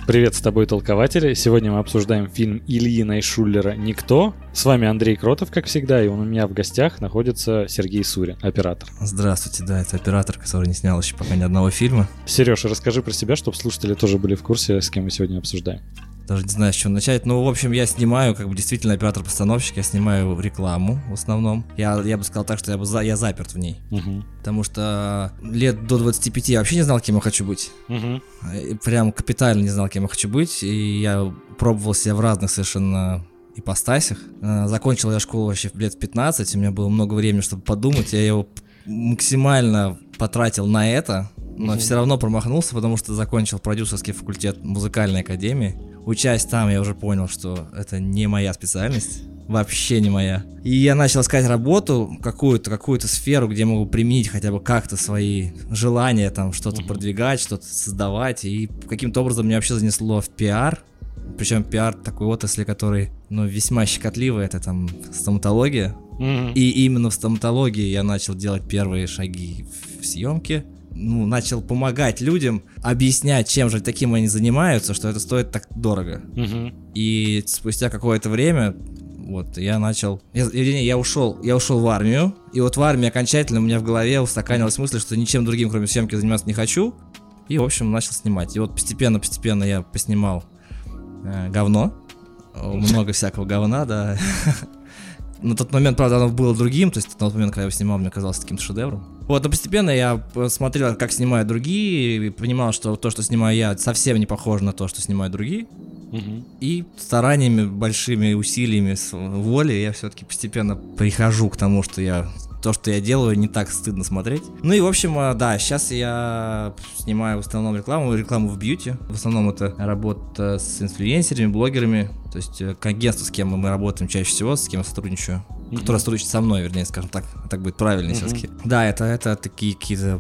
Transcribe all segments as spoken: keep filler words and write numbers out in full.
Привет, с тобой толкователи. Сегодня мы обсуждаем фильм Ильи Найшуллера «Никто». С вами Андрей Кротов, как всегда, и у меня в гостях находится Сергей Сурин, оператор. Здравствуйте, да, это оператор, который не снял еще пока ни одного фильма. Сереж, расскажи про себя, чтобы слушатели тоже были в курсе, с кем мы сегодня обсуждаем. Даже не знаю, с чего начать. Ну, в общем, я снимаю, как бы действительно оператор-постановщик, я снимаю рекламу в основном. Я, я бы сказал так, что я, бы за, я заперт в ней. Угу. Потому что лет до двадцати пяти я вообще не знал, кем я хочу быть. Угу. И прям капитально не знал, кем я хочу быть. И я пробовал себя в разных совершенно ипостасях. Закончил я школу вообще лет в пятнадцать, у меня было много времени, чтобы подумать. Я его максимально потратил на это, но угу. все равно промахнулся, потому что закончил продюсерский факультет музыкальной академии. Учась там, я уже понял, что это не моя специальность, вообще не моя. И я начал искать работу, какую-то, какую-то сферу, где могу применить хотя бы как-то свои желания, там что-то uh-huh. продвигать, что-то создавать. И каким-то образом меня вообще занесло в пиар. Причем пиар такой отрасли, который, ну, весьма щекотливый, это там стоматология. Uh-huh. И именно в стоматологии я начал делать первые шаги в съемке. Ну, начал помогать людям, объяснять, чем же таким они занимаются, что это стоит так дорого. Угу. И спустя какое-то время, вот, я начал... Я, я, я, ушел, я ушел в армию, и вот в армии окончательно у меня в голове устаканилась мысль, что ничем другим, кроме съемки, заниматься не хочу. И, в общем, начал снимать. И вот постепенно-постепенно я поснимал э, говно. Много всякого говна, да. На тот момент, правда, оно было другим, то есть на тот момент, когда я его снимал, мне казалось каким-то шедевром. Вот, но постепенно я смотрел, как снимают другие, и понимал, что то, что снимаю я, совсем не похоже на то, что снимают другие. Угу. И стараниями, большими усилиями воли я все-таки постепенно прихожу к тому, что я... То, что я делаю, не так стыдно смотреть. Ну и, в общем, да, сейчас я снимаю в основном рекламу, рекламу в бьюти. В основном это работа с инфлюенсерами, блогерами. То есть к агентству, с кем мы работаем чаще всего, с кем я сотрудничаю. Mm-hmm. Которое сотрудничает со мной, вернее, скажем так. Так будет правильнее mm-hmm. все-таки. Да, это, это такие какие-то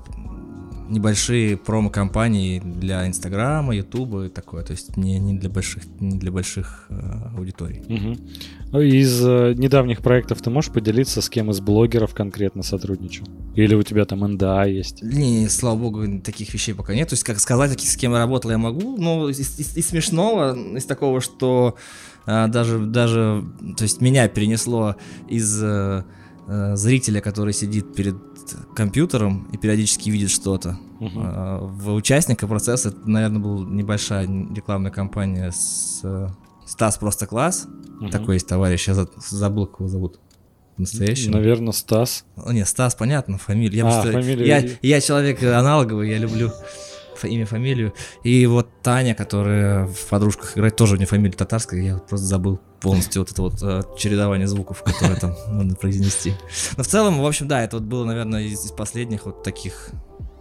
небольшие промо-компании для Инстаграма, Ютуба и такое. То есть не, не для больших, не для больших э, аудиторий. Угу. Из э, недавних проектов ты можешь поделиться, с кем из блогеров конкретно сотрудничал? Или у тебя там эн дэ а есть? Не, слава богу, таких вещей пока нет. То есть, как сказать, с кем я работал, я могу. Но из, из, из смешного, из такого, что э, даже, даже, то есть меня перенесло из э, э, зрителя, который сидит перед компьютером и периодически видит что-то. Uh-huh. В участника процесса, это, наверное, была небольшая рекламная кампания с Стас Просто Класс. Uh-huh. Такой есть товарищ, я забыл, как его зовут. Настоящий. Наверное, Стас. Нет, Стас, понятно, фамилия. Я, а, просто, фамилию. Я, я человек аналоговый, я люблю имя, фамилию. И вот Таня, которая в «Подружках» играет, тоже у нее фамилия татарская, я просто забыл полностью вот это вот э, чередование звуков, которые там можно произнести. Но в целом, в общем, да, это вот было, наверное, из, из последних вот таких.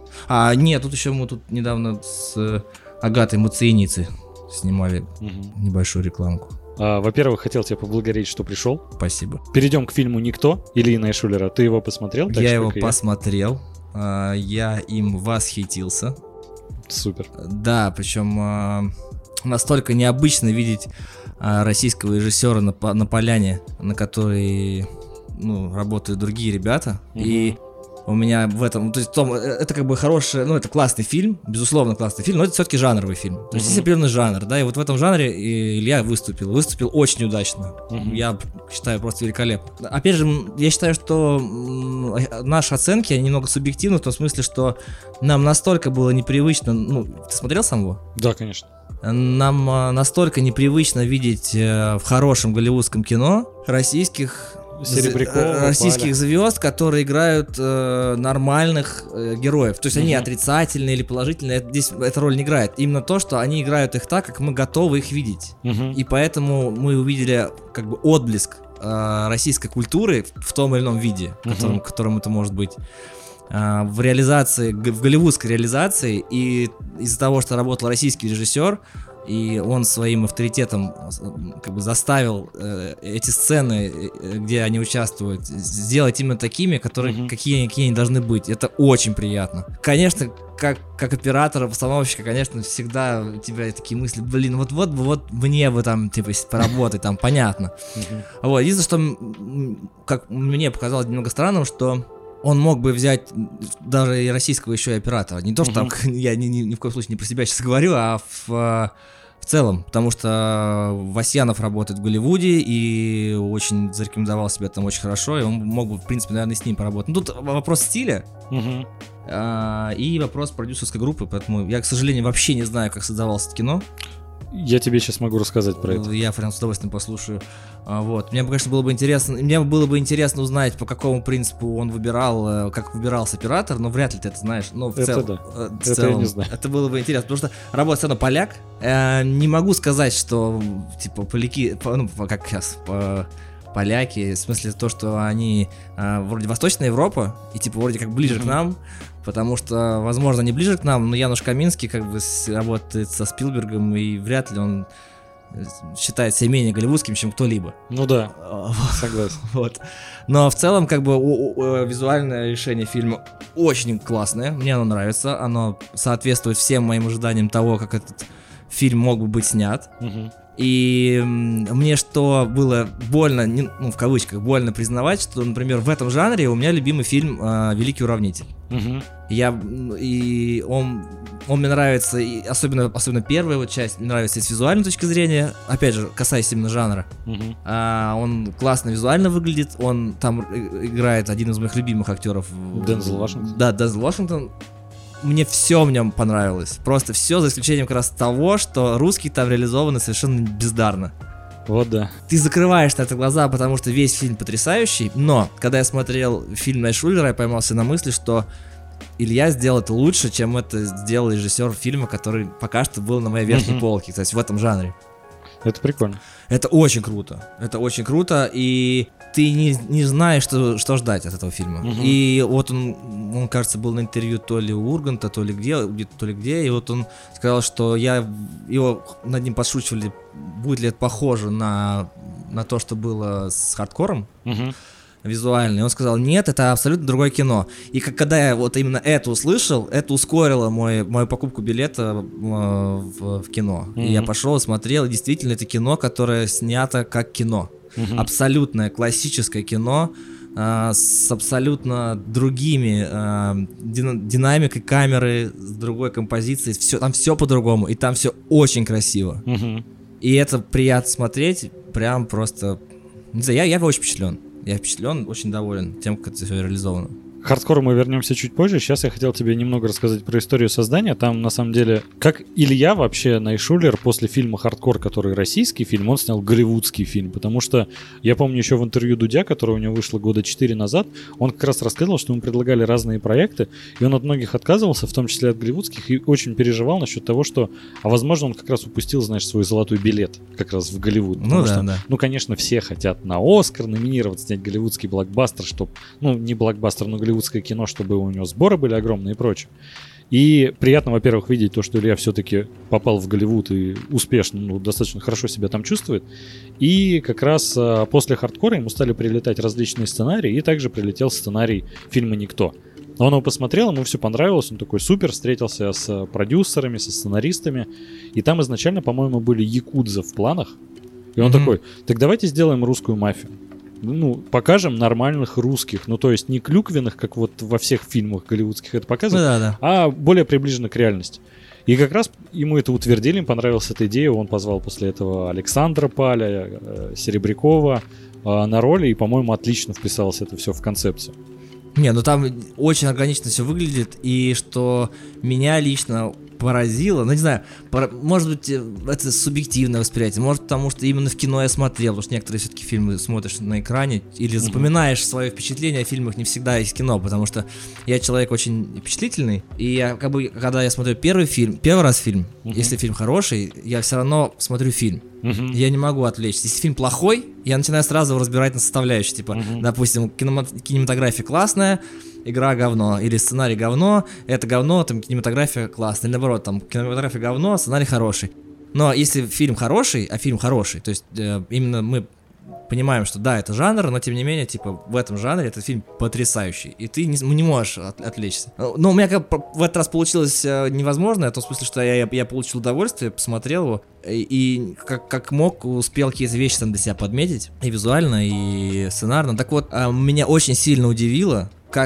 А, нет, тут еще мы тут недавно с э, Агатой Муценицы снимали угу. небольшую рекламку. А, во-первых, хотел тебя поблагодарить, что пришел. Спасибо. Перейдем к фильму «Никто» Ильи Найшуллера. Ты его посмотрел? Я его посмотрел, я. я им восхитился. Супер. Да, причем э, настолько необычно видеть э, российского режиссера на, на поляне, на которой ну, работают другие ребята. Угу. И у меня в этом, то есть том, это как бы хороший, ну это классный фильм, безусловно классный фильм, но это все-таки жанровый фильм. То есть uh-huh. есть определенный жанр, да, и вот в этом жанре Илья выступил, выступил очень удачно. Uh-huh. Я считаю просто великолепно. Опять же, я считаю, что наши оценки, они немного субъективны в том смысле, что нам настолько было непривычно, ну, ты смотрел сам его? Да, конечно. Нам настолько непривычно видеть в хорошем голливудском кино российских Серебрякова, российских Паля. звезд, которые играют э, нормальных э, героев. То есть они uh-huh. отрицательные или положительные, это, здесь эта роль не играет. Именно то, что они играют их так, как мы готовы их видеть. Uh-huh. И поэтому мы увидели как бы отблеск э, российской культуры в том или ином виде, uh-huh. которым, которым это может быть. Э, в реализации, в голливудской реализации, и из-за того, что работал российский режиссер, и он своим авторитетом как бы заставил э, эти сцены, где они участвуют, сделать именно такими, которые, mm-hmm. какие, какие они должны быть. Это очень приятно. Конечно, как, как оператора, постановщика, конечно, всегда у тебя такие мысли, блин, вот-вот бы вот мне бы там, типа, поработать, там, понятно. Mm-hmm. Вот, единственное, что, как мне показалось немного странным, что он мог бы взять даже и российского еще и оператора. Не то, что mm-hmm. там, я ни, ни, ни в коем случае не про себя сейчас говорю, а в... в целом, потому что Васьянов работает в Голливуде и очень зарекомендовал себя там очень хорошо, и он мог бы, в принципе, наверное, с ним поработать. Ну, тут вопрос стиля Угу. а, и вопрос продюсерской группы, поэтому я, к сожалению, вообще не знаю, как создавалось это кино. Я тебе сейчас могу рассказать про это. Я прям с удовольствием послушаю. А, вот. Мне, конечно, было бы интересно, мне было бы интересно узнать, по какому принципу он выбирал, как выбирался оператор, но вряд ли ты это знаешь. Но в Это целом, да. в Это целом, я не знаю. это было бы интересно, потому что работает все равно поляк. Э, не могу сказать, что типа поляки, по- ну, по- как сейчас, по- поляки, в смысле то, что они э, вроде Восточная Европа, и типа вроде как ближе Мгм. к нам, потому что, возможно, они ближе к нам, но Януш Каминский как бы с- работает со Спилбергом, и вряд ли он э, считает себя менее голливудским, чем кто-либо. Ну да, А, согласен. Вот. Но в целом, как бы, у- у- э, визуальное решение фильма очень классное. Мне оно нравится. Оно соответствует всем моим ожиданиям того, как этот фильм мог бы быть снят. Мгм. И м, мне что было больно, не- ну, в кавычках, больно признавать, что, например, в этом жанре у меня любимый фильм э, «Великий уравнитель». Мгм. Я, м, и он, он мне нравится, и особенно, особенно первая вот часть, мне нравится и с визуальной точки зрения, опять же, касаясь именно жанра. Мгм. А, он классно визуально выглядит, он там и- играет один из моих любимых актеров. Дензел Вашингтон. Да, Дензел Вашингтон. Мне все в нем понравилось. Просто все, за исключением как раз того, что русские там реализованы совершенно бездарно. Вот да. Ты закрываешь на это глаза, потому что весь фильм потрясающий, но когда я смотрел фильм Найшулера, я поймался на мысли, что Илья сделал это лучше, чем это сделал режиссер фильма, который пока что был на моей верхней Мгм. полке, то есть в этом жанре. Это прикольно. Это очень круто. Это очень круто, и ты не, не знаешь, что, что ждать от этого фильма. Мгм. И вот он, он, кажется, был на интервью то ли у Урганта, то ли где, где-то, то ли где, и вот он сказал, что я его над ним подшучивали, будет ли это похоже на, на то, что было с хардкором Мгм. визуально. И он сказал, нет, это абсолютно другое кино. И как, когда я вот именно это услышал, это ускорило мой, мою покупку билета э, в, в кино. Мгм. И я пошел и смотрел, и действительно это кино, которое снято как кино. Мгм. Абсолютное классическое кино э, с абсолютно другими э, дина- динамикой камеры, с другой композицией. Все, там все по-другому, и там все очень красиво. Мгм. И это приятно смотреть, прям просто... Не знаю, я, я очень впечатлен. Я впечатлен, очень доволен тем, как это все реализовано. К хардкору мы вернемся чуть позже. Сейчас я хотел тебе немного рассказать про историю создания. Там, на самом деле, как Илья вообще, Найшулер, после фильма «Хардкор», который российский фильм, он снял голливудский фильм. Потому что я помню еще в интервью Дудя, которое у него вышло года четыре назад, он как раз рассказывал, что ему предлагали разные проекты, и он от многих отказывался, в том числе от голливудских, и очень переживал насчет того, что, а возможно, он как раз упустил, знаешь, свой золотой билет как раз в Голливуд. Ну Потому да, что, да. ну, конечно, все хотят на Оскар номинировать, снять голливудский блокбастер, чтобы, ну, не блокбастер, но голливудское кино, чтобы у него сборы были огромные и прочее. И приятно, во-первых, видеть то, что Илья все-таки попал в Голливуд и успешно, ну, достаточно хорошо себя там чувствует. И как раз а, после «Хардкора» ему стали прилетать различные сценарии, и также прилетел сценарий фильма «Никто». Он его посмотрел, ему все понравилось, он такой супер, встретился с продюсерами, со сценаристами, и там изначально, по-моему, были якудзы в планах. И он Мгм. такой, так давайте сделаем русскую мафию. Ну, покажем нормальных русских, ну, то есть не клюквенных, как вот во всех фильмах голливудских это Ну показывают, да, да. а более приближенно к реальности. И как раз ему это утвердили, им понравилась эта идея, он позвал после этого Александра Паля, э, Серебрякова э, на роли, и, по-моему, отлично вписалось это все в концепцию. Не, ну там очень органично все выглядит, и что меня лично поразило, ну не знаю, пора- может быть э, это субъективное восприятие, может потому что именно в кино я смотрел, потому что некоторые все-таки фильмы смотришь на экране или запоминаешь свое впечатление о фильмах не всегда из кино, потому что я человек очень впечатлительный, и я как бы, когда я смотрю первый фильм, первый раз фильм, Мгм. если фильм хороший, я все равно смотрю фильм. Мгм. Я не могу отвлечься. Если фильм плохой, я начинаю сразу его разбирать на составляющие. Типа, Мгм. допустим, кинемо- кинематография классная, игра говно. Или сценарий говно, это говно, там кинематография классная. Или наоборот, там кинематография говно, сценарий хороший. Но если фильм хороший, а фильм хороший, то есть э, именно мы понимаем, что да, это жанр, но тем не менее, типа, в этом жанре этот фильм потрясающий, и ты не, не можешь от- отвлечься. Но у меня как бы в этот раз получилось э, невозможно, в том смысле, что я, я, я получил удовольствие, посмотрел его, и, и как, как мог, успел какие-то вещи там для себя подметить, и визуально, и сценарно. Так вот, э, меня очень сильно удивило, как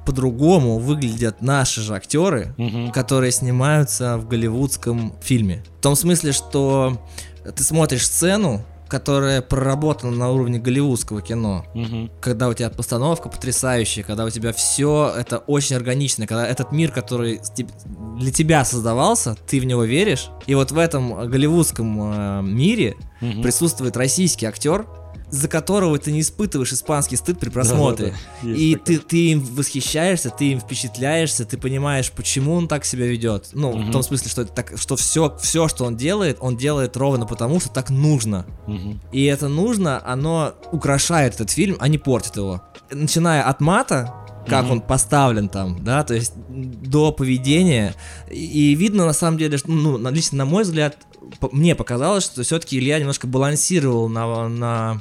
по-другому выглядят наши же актеры, Мгм. которые снимаются в голливудском фильме. В том смысле, что ты смотришь сцену, которая проработана на уровне голливудского кино, Мгм. когда у тебя постановка потрясающая, когда у тебя все это очень органично, когда этот мир, который с теб- для тебя создавался, ты в него веришь, и вот в этом голливудском э, мире Мгм. присутствует российский актер, за которого ты не испытываешь испанский стыд при просмотре. Да-да-да, есть И такое. ты, ты им восхищаешься, ты им впечатляешься, ты понимаешь, почему он так себя ведет. Ну, Мгм. в том смысле, что, это так, что все, все, что он делает, он делает ровно потому, что так нужно. Мгм. И это нужно, оно украшает этот фильм, а не портит его. Начиная от мата, как Мгм. он поставлен там, да, то есть до поведения. И, и видно, на самом деле, что, ну, на- лично на мой взгляд, по- мне показалось, что все-таки Илья немножко балансировал на, на,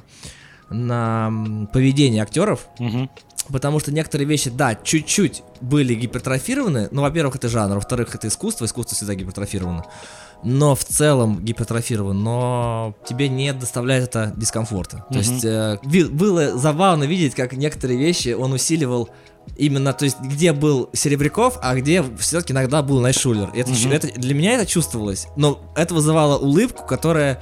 на м, поведении актеров. Мгм. Потому что некоторые вещи, да, чуть-чуть были гипертрофированы. Ну, во-первых, это жанр, во-вторых, это искусство, искусство всегда гипертрофировано. Но в целом гипертрофировано, но тебе не доставляет это дискомфорта. То Мгм. есть э, ви- было забавно видеть, как некоторые вещи он усиливал именно, то есть где был Серебряков, а где все-таки иногда был Найшулер. И это, Мгм. чу- это- для меня это чувствовалось, но это вызывало улыбку, которая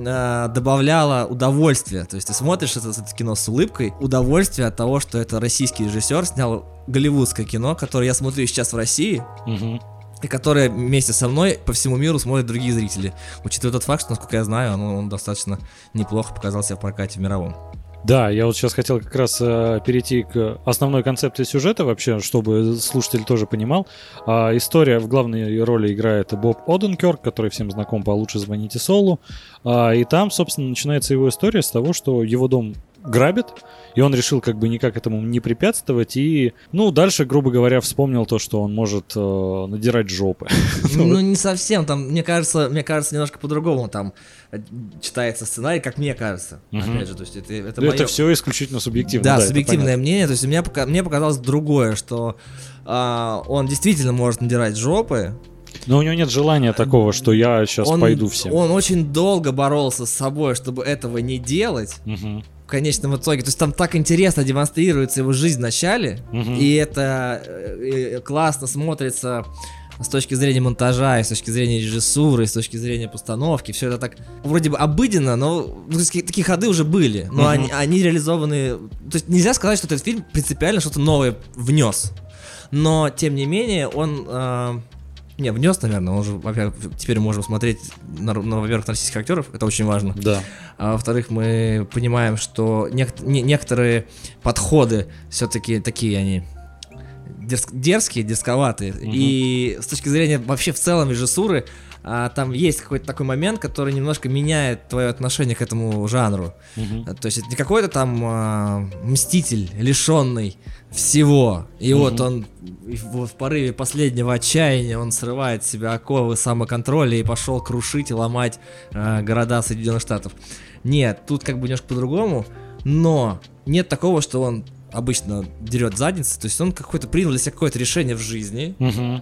э, добавляла удовольствие. То есть ты смотришь это, это кино с улыбкой, удовольствие от того, что это российский режиссер снял голливудское кино, которое я смотрю сейчас в России, Мгм. и которое вместе со мной по всему миру смотрят другие зрители. Учитывая тот факт, что, насколько я знаю, оно, он достаточно неплохо показал себя в прокате в мировом. Да, я вот сейчас хотел как раз э, перейти к основной концепции сюжета вообще, чтобы слушатель тоже понимал. А, история в главной роли играет Боб Оденкерк, который всем знаком по «Лучше звоните Солу». А, и там, собственно, начинается его история с того, что его дом грабят, и он решил как бы никак этому не препятствовать, и, ну, дальше, грубо говоря, вспомнил то, что он может э, надирать жопы. Ну, не совсем, там, мне кажется, мне кажется, немножко по-другому там э, читается сценарий, как мне кажется. Мгм. Опять же, то есть это, это Ну, моё- это все исключительно субъективно. Да, это субъективное понятно. мнение, то есть мне, пока, мне показалось другое, что а, он действительно может надирать жопы. Но у него нет желания такого, что я сейчас он, пойду всем. Он очень долго боролся с собой, чтобы этого не делать. Мгм. В конечном итоге, то есть там так интересно демонстрируется его жизнь в начале, Мгм. и это э, э, классно смотрится с точки зрения монтажа, и с точки зрения режиссуры, и с точки зрения постановки. Все это так вроде бы обыденно, но ну, то есть, такие ходы уже были, но Мгм. они, они реализованы. То есть нельзя сказать, что этот фильм принципиально что-то новое внес, но тем не менее он э, не внес, наверное, он уже, во-первых, теперь мы можем смотреть на, на, во-первых, на российских актеров, это очень важно. Да. А во-вторых, мы понимаем, что нек- не- некоторые подходы все-таки такие они дерз- дерзкие, дерзковатые. Мгм. И с точки зрения вообще в целом режиссуры, а, там есть какой-то такой момент, который немножко меняет твое отношение к этому жанру. Мгм. А, То есть это не какой-то там а, мститель, лишенный всего. И Мгм. вот он в, в порыве последнего отчаяния он срывает с себя оковы самоконтроля и пошел крушить и ломать а, города Соединенных Штатов. Нет, тут как бы немножко по-другому, но нет такого, что он обычно дерет задницы, то есть он какой-то принял для себя какое-то решение в жизни, Мгм.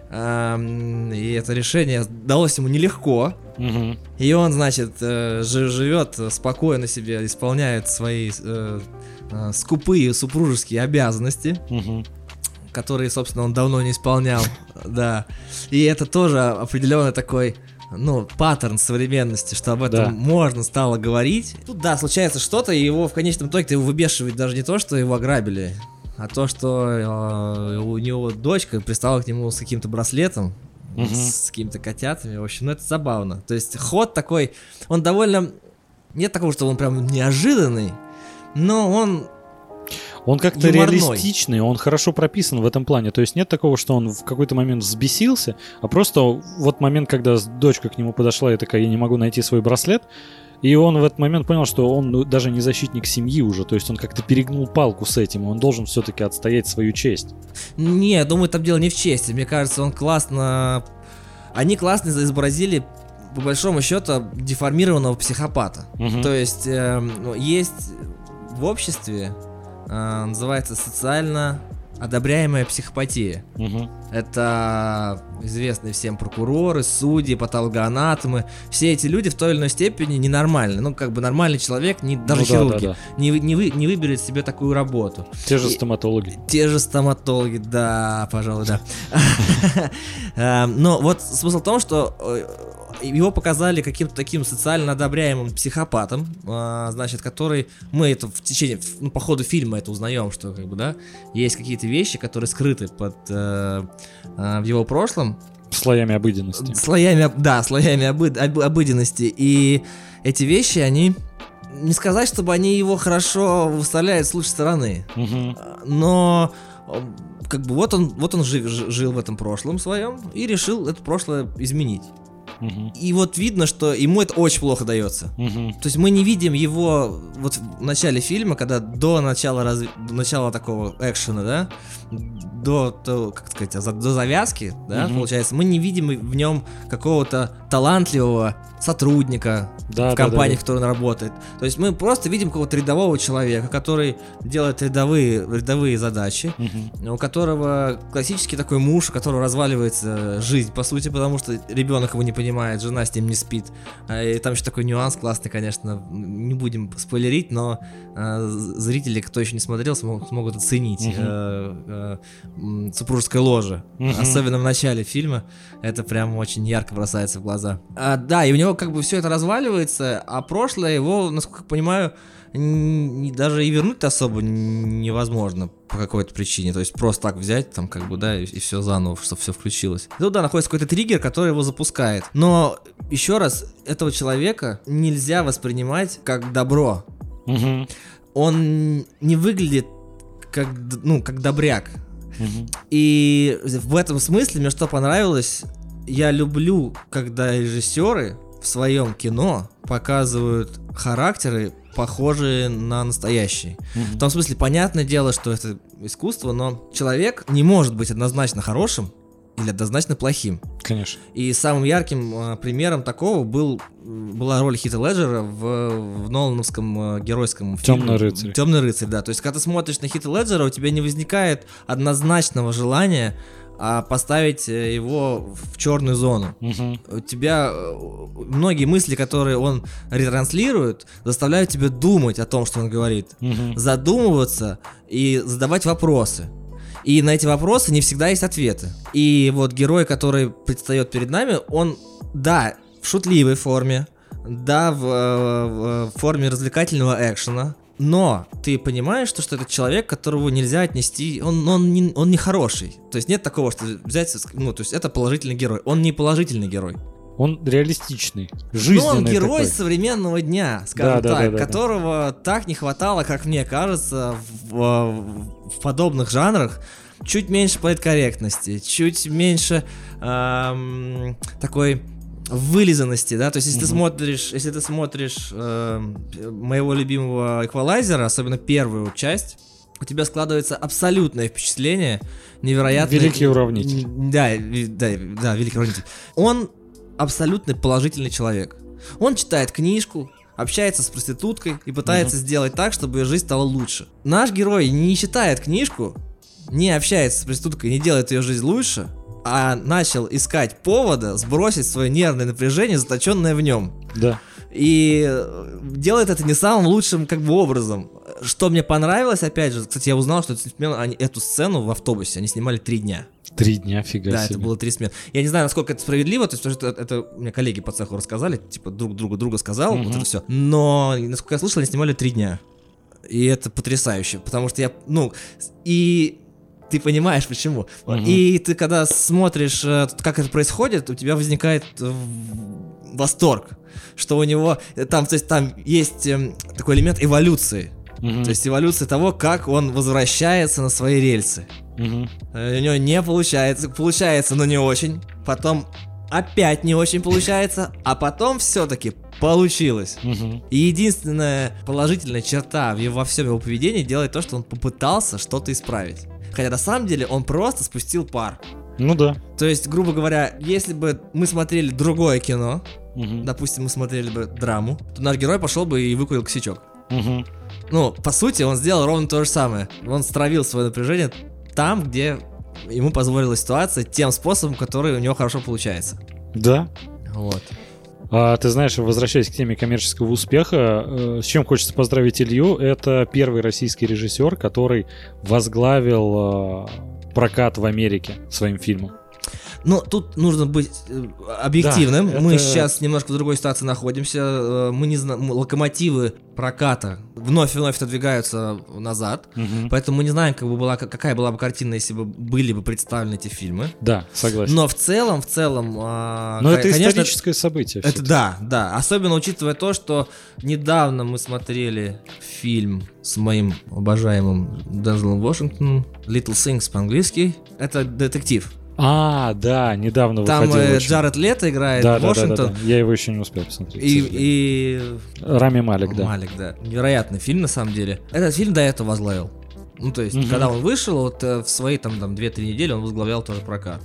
ам, и это решение далось ему нелегко, Мгм. и он, значит, э, жи- живет спокойно себе, исполняет свои э, э, скупые супружеские обязанности, Мгм. которые, собственно, он давно не исполнял, да. И это тоже определенный такой, ну, паттерн современности, что об этом Да. можно стало говорить. Тут, да, случается что-то, и его в конечном итоге его выбешивает даже не то, что его ограбили, а то, что э, у него дочка пристала к нему с каким-то браслетом, Мгм. с какими-то котятами, в общем, ну это забавно. То есть ход такой, он довольно... Нет такого, что он прям неожиданный, но он... Он как-то юморной. реалистичный, он хорошо прописан в этом плане. То есть нет такого, что он в какой-то момент взбесился, а просто вот момент, когда дочка к нему подошла и такая, я не могу найти свой браслет, и он в этот момент понял, что он ну, даже не защитник семьи уже, то есть он как-то перегнул палку с этим, и он должен все-таки отстоять свою честь. Не, думаю, там дело не в чести. Мне кажется, он классно... Они классно изобразили, по большому счету, деформированного психопата. Мгм. То есть, эм, ну, есть в обществе, э, называется социально одобряемая психопатия. Угу. Это известные всем прокуроры, судьи, патологоанатомы. Все эти люди в той или иной степени ненормальны. Ну, как бы нормальный человек, не, даже Ну да, хирурги, да, да. Не, вы- не, вы- не выберет себе такую работу. Те же И- стоматологи. Те же стоматологи, да, пожалуй, да. Э, Но вот смысл в том, что э, его показали каким-то таким социально одобряемым психопатом, э, значит, который мы это в течение, ну, по ходу фильма это узнаем, что как бы, да, есть какие-то вещи, которые скрыты под э, э, в его прошлом, Слоями обыденности. слоями, об- да, слоями обы- об- обыденности, и эти вещи, они, не сказать, чтобы они его хорошо выставляют с лучшей стороны, Угу. но э, как бы вот он, вот он жи- жи- жил в этом прошлом своем и решил это прошлое изменить. Угу. И вот видно, что ему это очень плохо дается. Угу. То есть мы не видим его вот в начале фильма, когда до начала, разв... до начала такого экшена, да, до, то, как сказать, за- до завязки, да, Мгм. получается, мы не видим в нем какого-то талантливого сотрудника Да, в да, компании, да, в которой он работает. То есть мы просто видим какого-то рядового человека, который делает рядовые, рядовые задачи, Мгм. у которого классический такой муж, у которого разваливается жизнь, по сути, потому что ребенок его не понимает, жена с ним не спит. А, И там еще такой нюанс классный, конечно, не будем спойлерить, но а, з- зрители, кто еще не смотрел, смог- смогут оценить Мгм. э, э, м, супружеское ложе. Мгм. Особенно в начале фильма, это прям очень ярко бросается в глаза. А, да, и у него как бы все это разваливается, а прошлое его, насколько я понимаю, н- даже и вернуть-то особо н- невозможно по какой-то причине. То есть просто так взять, там, как бы, да, и, все заново, чтобы все включилось. Ну да, находится какой-то триггер, который его запускает. Но еще раз, этого человека нельзя воспринимать как добро. Мгм. Он не выглядит как, д- ну, как добряк. Мгм. И в этом смысле мне что понравилось, я люблю, когда режиссеры в своем кино показывают характеры, похожие на настоящие. В Мгм. том смысле, понятное дело, что это искусство, но человек не может быть однозначно хорошим или однозначно плохим. Конечно. И самым ярким э, примером такого был, была роль Хита Леджера в, в Нолановском э, геройском фильме «Темный рыцарь». «Темный рыцарь», да. То есть, когда ты смотришь на Хита Леджера, у тебя не возникает однозначного желания а, поставить э, его в черную зону. Мгм. У тебя э, многие мысли, которые он ретранслирует, заставляют тебя думать о том, что он говорит, Мгм. задумываться и задавать вопросы. И на эти вопросы не всегда есть ответы. И вот герой, который предстает перед нами, он, да, в шутливой форме, да, в, э, в форме развлекательного экшена, но ты понимаешь, что, что это человек, которого нельзя отнести, он, он, не, он не хороший. То есть нет такого, что взять, ну, то есть это положительный герой. Он не положительный герой. Он реалистичный, жизненный Ну, он герой такой. современного дня, скажем Да, да, так, да, да, да. которого так не хватало, как мне кажется, в, в- в подобных жанрах. Чуть меньше политкорректности, чуть меньше эм, такой вылизанности, да, то есть если ты Мгм. смотришь, если ты смотришь эм, моего любимого Эквалайзера, особенно первую часть, у тебя складывается абсолютное впечатление, невероятное. Великий уравнитель. Н- Да, ви- да, да, великий уравнитель. Он абсолютно положительный человек. Он читает книжку, общается с проституткой и пытается сделать так, чтобы ее жизнь стала лучше. Наш герой не читает книжку, не общается с проституткой, не делает ее жизнь лучше, а начал искать повода сбросить свое нервное напряжение, заточенное в нем. Да. И э, делает это не самым лучшим как бы образом. Что мне понравилось, опять же, кстати, я узнал, что эту смену- они, эту сцену в автобусе они снимали три дня. Три дня, фига Да, себе. это было три смены. Я не знаю, насколько это справедливо, то есть, потому что это, это мне коллеги по цеху рассказали, типа друг другу друга сказал, Мгм. вот это все. Но, насколько я слышал, они снимали три дня. И это потрясающе, потому что я, ну, и ты понимаешь, почему. Мгм. И ты, когда смотришь, э, как это происходит, у тебя возникает э, восторг, что у него, э, там, то есть, там есть эм, такой элемент эволюции. Мгм. То есть эволюция того, как он возвращается на свои рельсы. Мгм. Э, У него не получается, получается, но не очень. Потом опять не очень получается, а потом все-таки получилось. Мгм. И единственная положительная черта в его, во всем его поведении делает то, что он попытался что-то исправить. Хотя на самом деле он просто спустил пар. Ну да. То есть, грубо говоря, если бы мы смотрели другое кино, Мгм. допустим, мы смотрели бы драму, то наш герой пошел бы и выкурил косячок. Мгм. Ну, по сути, он сделал ровно то же самое. Он стравил свое напряжение там, где ему позволила ситуация, тем способом, который у него хорошо получается. Да. Вот. А, ты знаешь, возвращаясь к теме коммерческого успеха, э, с чем хочется поздравить Илью, это первый российский режиссер, который возглавил э, прокат в Америке своим фильмом. Но тут нужно быть объективным. Да, мы это... сейчас немножко в другой ситуации находимся. Мы не знаем, локомотивы проката вновь и вновь отодвигаются назад. Угу. Поэтому мы не знаем, как бы была, какая была бы картина, если бы были бы представлены эти фильмы. Да, согласен. Но в целом, в целом... Но к- это конечно, историческое событие. Это да, да. Особенно учитывая то, что недавно мы смотрели фильм с моим обожаемым Дензелом Вашингтоном, Little Things по-английски. Это детектив. А, да, недавно там выходил. Там э, Джаред Лето играет, да, Вашингтон. Да, да, да, да. Я его еще не успел посмотреть. И, и... Рами Малик, да. Малик, да. Невероятный фильм, на самом деле. Этот фильм до этого возглавил. Ну, то есть, угу. когда он вышел, вот в свои там, там две-три недели он возглавлял тоже прокат.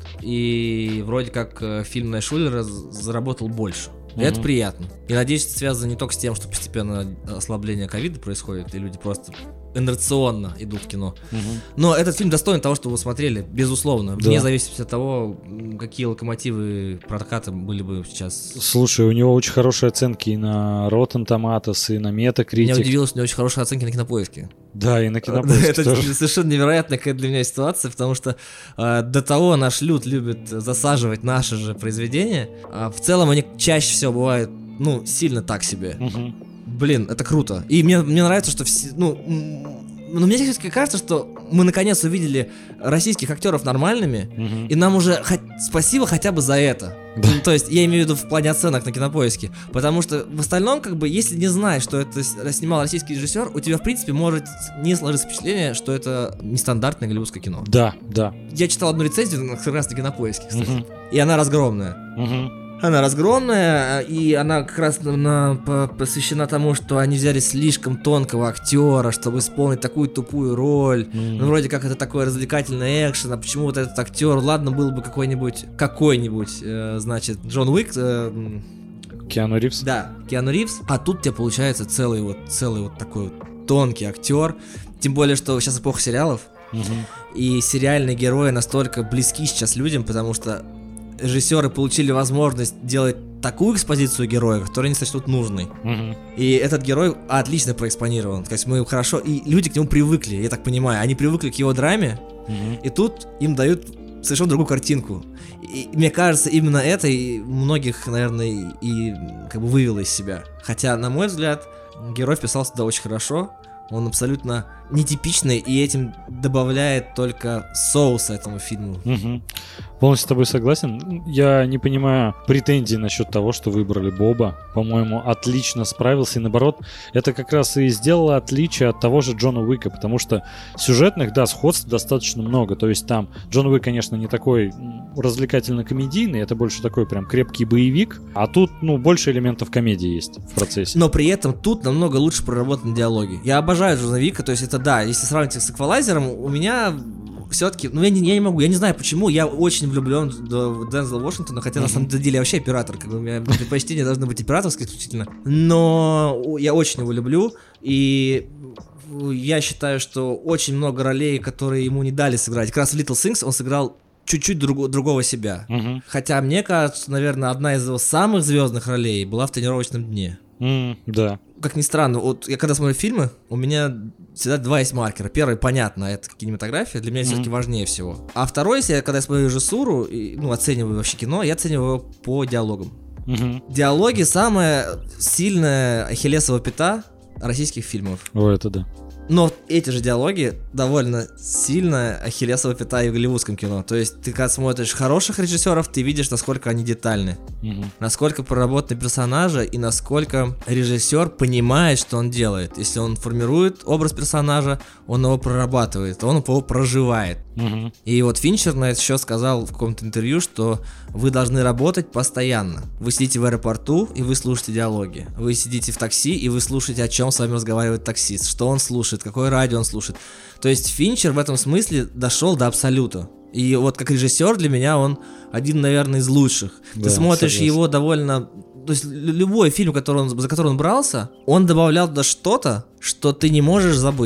И вроде как фильм Найшулера заработал больше. И mm-hmm. это приятно. И надеюсь, это связано не только с тем, что постепенно ослабление ковида происходит, и люди просто инерционно идут в кино. Mm-hmm. Но этот фильм достоин того, что вы смотрели, безусловно. Да. Вне зависимости от того, какие локомотивы проката были бы сейчас. Слушай, у него очень хорошие оценки и на Rotten Tomatoes, и на Metacritic. Меня удивило, что у него очень хорошие оценки на Кинопоиске. Да, и на Кинопоиске Это тоже. Совершенно невероятная какая-то для меня ситуация, потому что э, до того наш люд любит засаживать наши же произведения, а в целом они чаще всего бывают, ну, сильно так себе. Угу. Блин, это круто. И мне, мне нравится, что все, ну, но мне все-таки кажется, что мы наконец увидели российских актеров нормальными, угу. и нам уже х- спасибо хотя бы за это. Да. Ну, то есть, я имею в виду в плане оценок на Кинопоиске. Потому что в остальном, как бы, если не знаешь, что это снимал российский режиссер, у тебя, в принципе, может не сложиться впечатление, что это нестандартное голливудское кино. Да, да. Я читал одну рецензию как раз на Кинопоиске, кстати, угу. и она разгромная. Угу. Она разгромная, и она как раз на, на, по, посвящена тому, что они взяли слишком тонкого актера, чтобы исполнить такую тупую роль. Mm. Ну, вроде как это такой развлекательный экшен, а почему вот этот актер, ладно, был бы какой-нибудь, какой-нибудь, э, значит, Джон Уик. Э, Киану Ривз. Да, Киану Ривз. А тут у тебя получается целый вот, целый вот такой вот тонкий актер. Тем более, что сейчас эпоха сериалов, mm-hmm. и сериальные герои настолько близки сейчас людям, потому что режиссеры получили возможность делать такую экспозицию героя, которую они сочтут нужной. Uh-huh. И этот герой отлично проэкспонирован. То есть мы хорошо... И люди к нему привыкли, я так понимаю. Они привыкли к его драме, uh-huh. и тут им дают совершенно другую картинку. И мне кажется, именно это и многих, наверное, и, и как бы вывело из себя. Хотя, на мой взгляд, герой вписался туда очень хорошо. Он абсолютно нетипичный, и этим добавляет только соуса этому фильму. Угу. Полностью с тобой согласен. Я не понимаю претензий насчет того, что выбрали Боба. По-моему, отлично справился. И наоборот, это как раз и сделало отличие от того же Джона Уика, потому что сюжетных, да, сходств достаточно много. То есть там Джон Уик, конечно, не такой развлекательно-комедийный, это больше такой прям крепкий боевик, а тут, ну, больше элементов комедии есть в процессе. Но при этом тут намного лучше проработаны диалоги. Я обожаю Джона Уика, то есть это, да, если сравнить с Эквалайзером, у меня все-таки, ну я не, я не могу, я не знаю почему, я очень влюблен в Дензела Вашингтона, хотя mm-hmm. на самом деле я вообще оператор, как бы у меня предпочтения должны быть операторские исключительно, но я очень его люблю, и я считаю, что очень много ролей, которые ему не дали сыграть, как раз в Little Things он сыграл чуть-чуть друг, другого себя, mm-hmm. хотя мне кажется, наверное, одна из его самых звездных ролей была в «Тренировочном дне». Mm, да. Как ни странно, вот я когда смотрю фильмы, у меня всегда два есть маркера. Первый, понятно, это кинематография, для меня mm-hmm. все-таки важнее всего. А второй, если я, когда я смотрю режиссуру, и, ну, оцениваю вообще кино, я оцениваю его по диалогам. Mm-hmm. Диалоги — самая сильная ахиллесова пята российских фильмов. О, это да. Но эти же диалоги довольно сильно ахиллесова пята и в голливудском кино. То есть ты когда смотришь хороших режиссеров, ты видишь, насколько они детальны, mm-hmm. насколько проработаны персонажи и насколько режиссер понимает, что он делает. Если он формирует образ персонажа, он его прорабатывает, он его проживает. Mm-hmm. И вот Финчер на это еще сказал в каком-то интервью, что вы должны работать постоянно. Вы сидите в аэропорту и вы слушаете диалоги. Вы сидите в такси и вы слушаете, о чем с вами разговаривает таксист, что он слушает, какое радио он слушает. То есть Финчер в этом смысле дошел до абсолюта. И вот как режиссер для меня он один, наверное, из лучших. Да, ты смотришь согласен. Его довольно... То есть любой фильм, который он, за который он брался, он добавлял туда что-то, что ты не можешь забыть.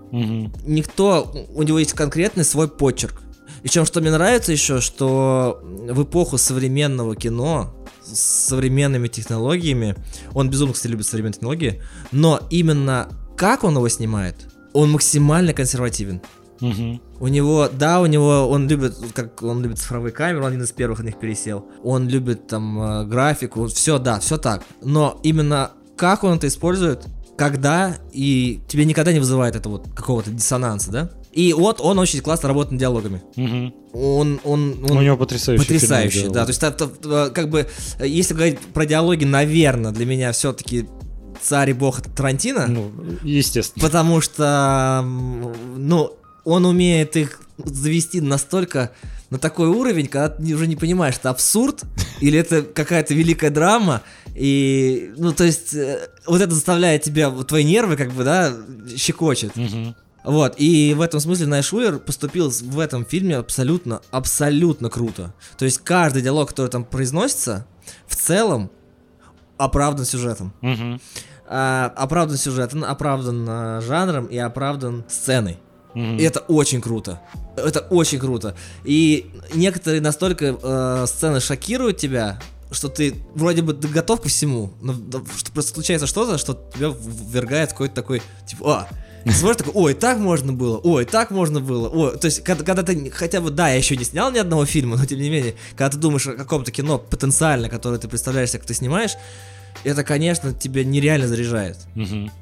Угу. Никто, у него есть конкретный свой почерк. Причем, что мне нравится еще, что в эпоху современного кино с современными технологиями, он безумно, кстати, любит современные технологии, но именно как он его снимает, он максимально консервативен. Угу. У него, да, у него, он любит, как он любит цифровые камеры, он один из первых на них пересел. Он любит там графику, все, да, все так. Но именно как он это использует, когда, и тебе никогда не вызывает это вот какого-то диссонанса, да? И вот он очень классно работает над диалогами. Угу. Он, он, он у него потрясающий потрясающий, да. То есть, та, та, та, как бы, если говорить про диалоги, наверное, для меня все-таки царь и бог это Тарантино. Ну, естественно. Потому что, ну, он умеет их завести настолько на такой уровень, когда ты уже не понимаешь, это абсурд или это какая-то великая драма. И, ну, то есть, вот это заставляет тебя, вот твои нервы, как бы, да, щекочет. Угу. Вот, и в этом смысле Найт Шулер поступил в этом фильме абсолютно, абсолютно круто. То есть каждый диалог, который там произносится, в целом оправдан сюжетом. Угу. А, оправдан сюжетом, оправдан а, жанром и оправдан сценой. Mm-hmm. И это очень круто. Это очень круто. И некоторые настолько э, сцены шокируют тебя, что ты вроде бы ты готов ко всему, но что просто случается что-то, что тебя ввергает в какой-то такой, типа, а, ты смотришь такой, ой, так можно было, ой, так можно было, ой. То есть, когда, когда ты, хотя бы, да, я еще не снял ни одного фильма, но тем не менее, когда ты думаешь о каком-то кино потенциально, которое ты представляешь, как ты снимаешь, это, конечно, тебя нереально заряжает. Uh-huh.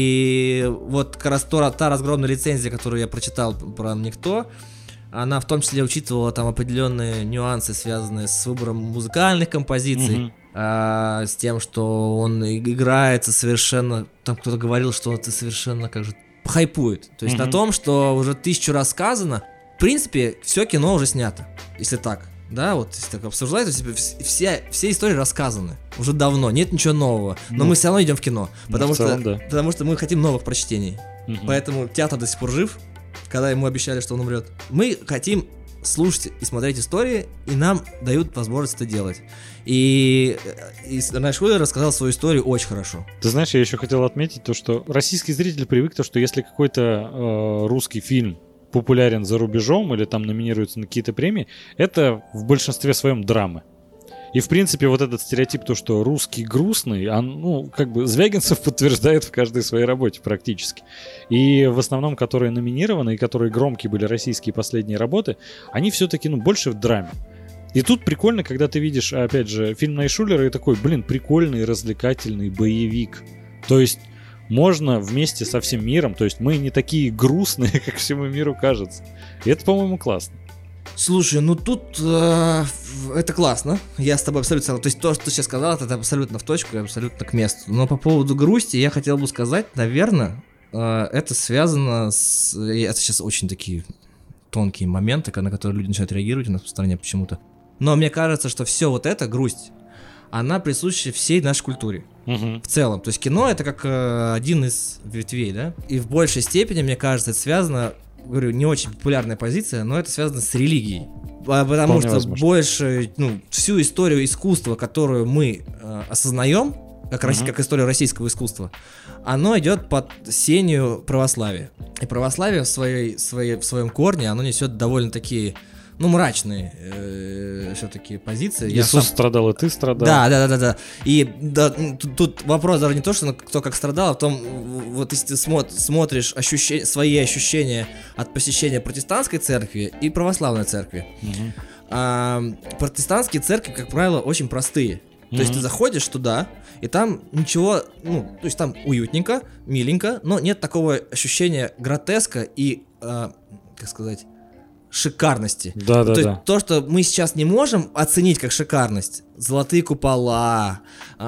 И вот как раз та, та разгромная лицензия, которую я прочитал про «Никто», она в том числе учитывала там определенные нюансы, связанные с выбором музыкальных композиций, uh-huh. а, с тем, что он играется совершенно... Там кто-то говорил, что это совершенно как же хайпует. То есть uh-huh. на том, что уже тысячу раз сказано. В принципе, все кино уже снято, если так. Да, вот если так обсуждать, то есть все, все истории рассказаны уже давно, нет ничего нового, но ну, мы все равно идем в кино, потому, в целом, что, да. потому что мы хотим новых прочтений. Угу. Поэтому театр до сих пор жив, когда ему обещали, что он умрет. Мы хотим слушать и смотреть истории, и нам дают возможность это делать. И, и Найт Шулер рассказал свою историю очень хорошо. Ты знаешь, я еще хотел отметить то, что российский зритель привык то, что если какой-то э, русский фильм популярен за рубежом или там номинируется на какие-то премии, это в большинстве своем драмы. И в принципе вот этот стереотип, то, что русский грустный, он, ну, как бы Звягинцев подтверждает в каждой своей работе практически. И в основном, которые номинированы и которые громкие были российские последние работы, они все-таки, ну, больше в драме. И тут прикольно, когда ты видишь, опять же, фильм Найт Шулера и такой, блин, прикольный, развлекательный боевик. То есть можно вместе со всем миром, то есть мы не такие грустные, как всему миру кажется. И это, по-моему, классно. Слушай, ну тут э, это классно, я с тобой абсолютно согласен. То есть то, что ты сейчас сказал, это абсолютно в точку и абсолютно к месту. Но по поводу грусти я хотел бы сказать, наверное, э, это связано с... Это сейчас очень такие тонкие моменты, на которые люди начинают реагировать у нас в стране почему-то. Но мне кажется, что все вот это, грусть, она присуща всей нашей культуре. Uh-huh. В целом. То есть кино это как э, один из ветвей, да? И в большей степени, мне кажется, это связано, говорю, не очень популярная позиция, но это связано с религией. Потому Вполне что возможно. Больше, ну, всю историю искусства, которую мы э, осознаем, как, uh-huh. Россия, как историю российского искусства, оно идет под сенью православия. И православие в, своей, своей, в своем корне, оно несет довольно такие... Ну, мрачные э, все-таки позиции. Иисус сам... страдал, и ты страдал. Да, да, да, да, да. И да, тут, тут вопрос даже не то, что кто как страдал, а в том, вот если ты смо- смотришь ощущения, свои ощущения от посещения протестантской церкви и православной церкви. Угу. А, протестантские церкви, как правило, очень простые. То mm-hmm. есть ты заходишь туда, и там ничего, ну, то есть там уютненько, миленько, но нет такого ощущения гротеска и, э, как сказать, шикарности. Да, да, то да. есть то, что мы сейчас не можем оценить как шикарность, золотые купола,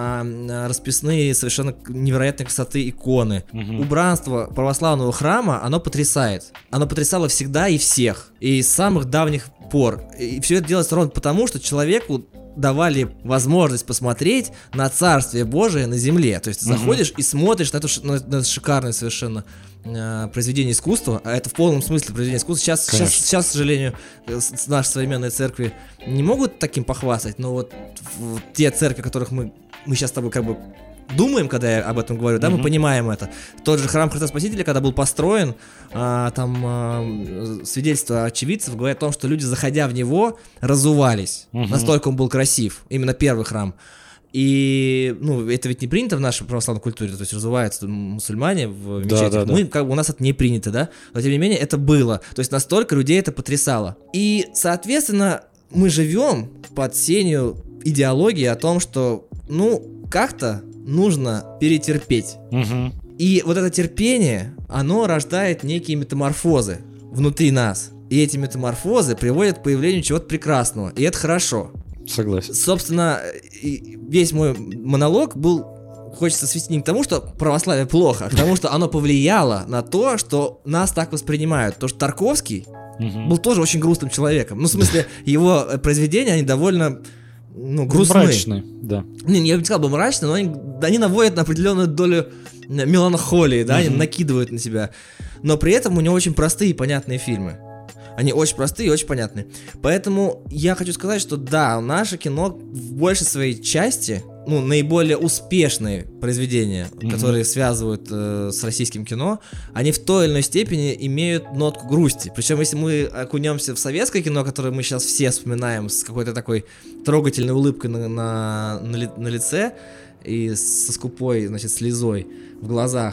э, расписные совершенно невероятной красоты иконы, угу. убранство православного храма, оно потрясает. Оно потрясало всегда и всех, и с самых давних пор. И все это делается ровно потому, что человеку давали возможность посмотреть на Царствие Божие на земле. То есть ты заходишь угу. и смотришь на это, на это шикарное совершенно э, произведение искусства, а это в полном смысле произведение искусства. Сейчас, сейчас, сейчас, к сожалению, с, наши современные церкви не могут таким похвастать, но вот, вот те церкви, которых мы, мы сейчас с тобой как бы думаем, когда я об этом говорю, да, mm-hmm. мы понимаем это. Тот же храм Христа Спасителя, когда был построен, а, там а, свидетельства очевидцев говорят о том, что люди, заходя в него, разувались. Mm-hmm. Настолько он был красив. Именно первый храм. И, ну, это ведь не принято в нашей православной культуре, то есть разуваются мусульмане в мечетях. Да, да, Мы, да. Как бы, у нас это не принято, да, но тем не менее это было. То есть настолько людей это потрясало. И, соответственно, мы живем под сенью идеологии о том, что, ну, как-то нужно перетерпеть. Угу. И вот это терпение, оно рождает некие метаморфозы внутри нас. И эти метаморфозы приводят к появлению чего-то прекрасного. И это хорошо. Согласен. Собственно, весь мой монолог был, хочется свести не к тому, что православие плохо, а к тому, что оно повлияло на то, что нас так воспринимают. Потому что Тарковский угу. был тоже очень грустным человеком. Ну, в смысле, его произведения, они довольно, ну, грустные. Мрачные, да. Не, я бы не сказал бы мрачные, но они, они наводят на определенную долю меланхолии, да, угу. они накидывают на себя. Но при этом у него очень простые и понятные фильмы. Они очень простые и очень понятные. Поэтому я хочу сказать, что да, наше кино в большей своей части, ну, наиболее успешные произведения, mm-hmm. которые связывают э, с российским кино, они в той или иной степени имеют нотку грусти. Причем, если мы окунемся в советское кино, которое мы сейчас все вспоминаем с какой-то такой трогательной улыбкой на, на, на, ли, на лице и со скупой, значит, слезой в глазах,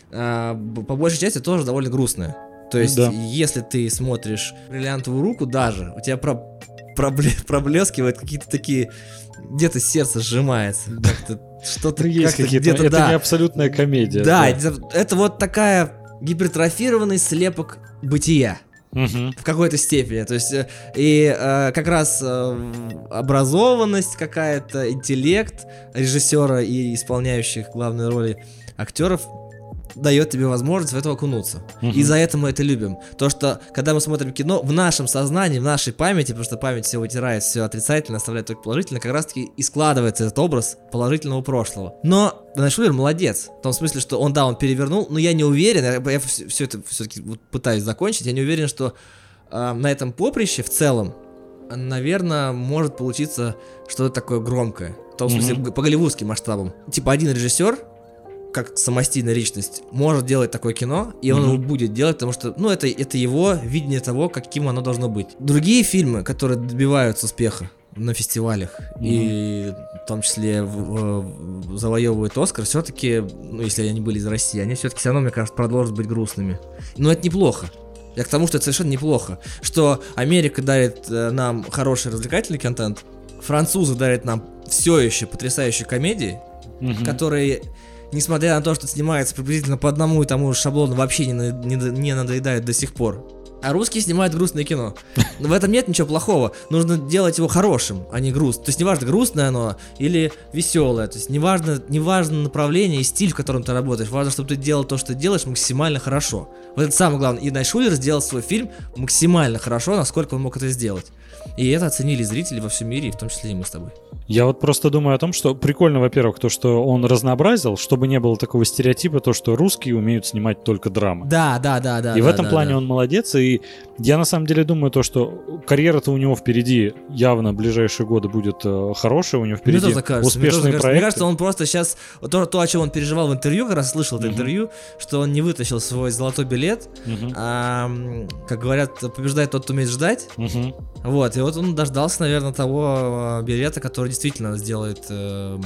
э, по большей части тоже довольно грустное. То есть, да. если ты смотришь «Бриллиантовую руку», даже, у тебя про- пробле- проблескивают какие-то такие... Где-то сердце сжимается. Как-то, что-то ну, есть как-то где-то... Это да. не абсолютная комедия. Да, да. Это, это вот такая гипертрофированный слепок бытия. Угу. В какой-то степени. То есть, и э, как раз э, образованность какая-то, интеллект режиссера и исполняющих главные роли актеров дает тебе возможность в это окунуться. Uh-huh. И за это мы это любим. То, что когда мы смотрим кино, в нашем сознании, в нашей памяти, потому что память все вытирает, все отрицательно, оставляет только положительно, как раз таки и складывается этот образ положительного прошлого. Но Дана Шулер молодец. В том смысле, что он, да, он перевернул, но я не уверен, я, я все, все это все-таки вот пытаюсь закончить, я не уверен, что э, на этом поприще в целом, наверное, может получиться что-то такое громкое. В том смысле, uh-huh. по голливудским масштабам. Типа один режиссер, как самостийная личность, может делать такое кино, и он mm-hmm. его будет делать, потому что, ну, это, это его видение того, каким оно должно быть. Другие фильмы, которые добиваются успеха на фестивалях, mm-hmm. и в том числе в, в, завоевывают Оскар, все-таки, ну, если они были из России, они все-таки все равно, мне кажется, продолжат быть грустными. Но это неплохо. Я к тому, что это совершенно неплохо. Что Америка дарит э, нам хороший развлекательный контент, французы дарят нам все еще потрясающие комедии, mm-hmm. которые... Несмотря на то, что снимается приблизительно по одному и тому же шаблону, вообще не, не, не надоедает до сих пор. А русские снимают грустное кино. Но в этом нет ничего плохого. Нужно делать его хорошим, а не грустным. То есть неважно, грустное оно или веселое. То есть неважно, неважно направление и стиль, в котором ты работаешь. Важно, чтобы ты делал то, что ты делаешь, максимально хорошо. Вот это самое главное. И Найт Шулер сделал свой фильм максимально хорошо, насколько он мог это сделать. И это оценили зрители во всем мире, и в том числе и мы с тобой. Я вот просто думаю о том, что прикольно, во-первых, то, что он разнообразил, чтобы не было такого стереотипа, то, что русские умеют снимать только драмы. Да, да, да, да. И да, в этом да, плане да. он молодец, и я на самом деле думаю то, что карьера-то у него впереди явно в ближайшие годы будет э, хорошая, у него впереди мне кажется, успешные мне проекты. Мне кажется, он просто сейчас, то, то, о чем он переживал в интервью, как раз слышал это uh-huh. интервью, что он не вытащил свой золотой билет, uh-huh. а, как говорят, побеждает тот, кто умеет ждать. Uh-huh. Вот, и вот он дождался, наверное, того билета, который действительно сделает, э,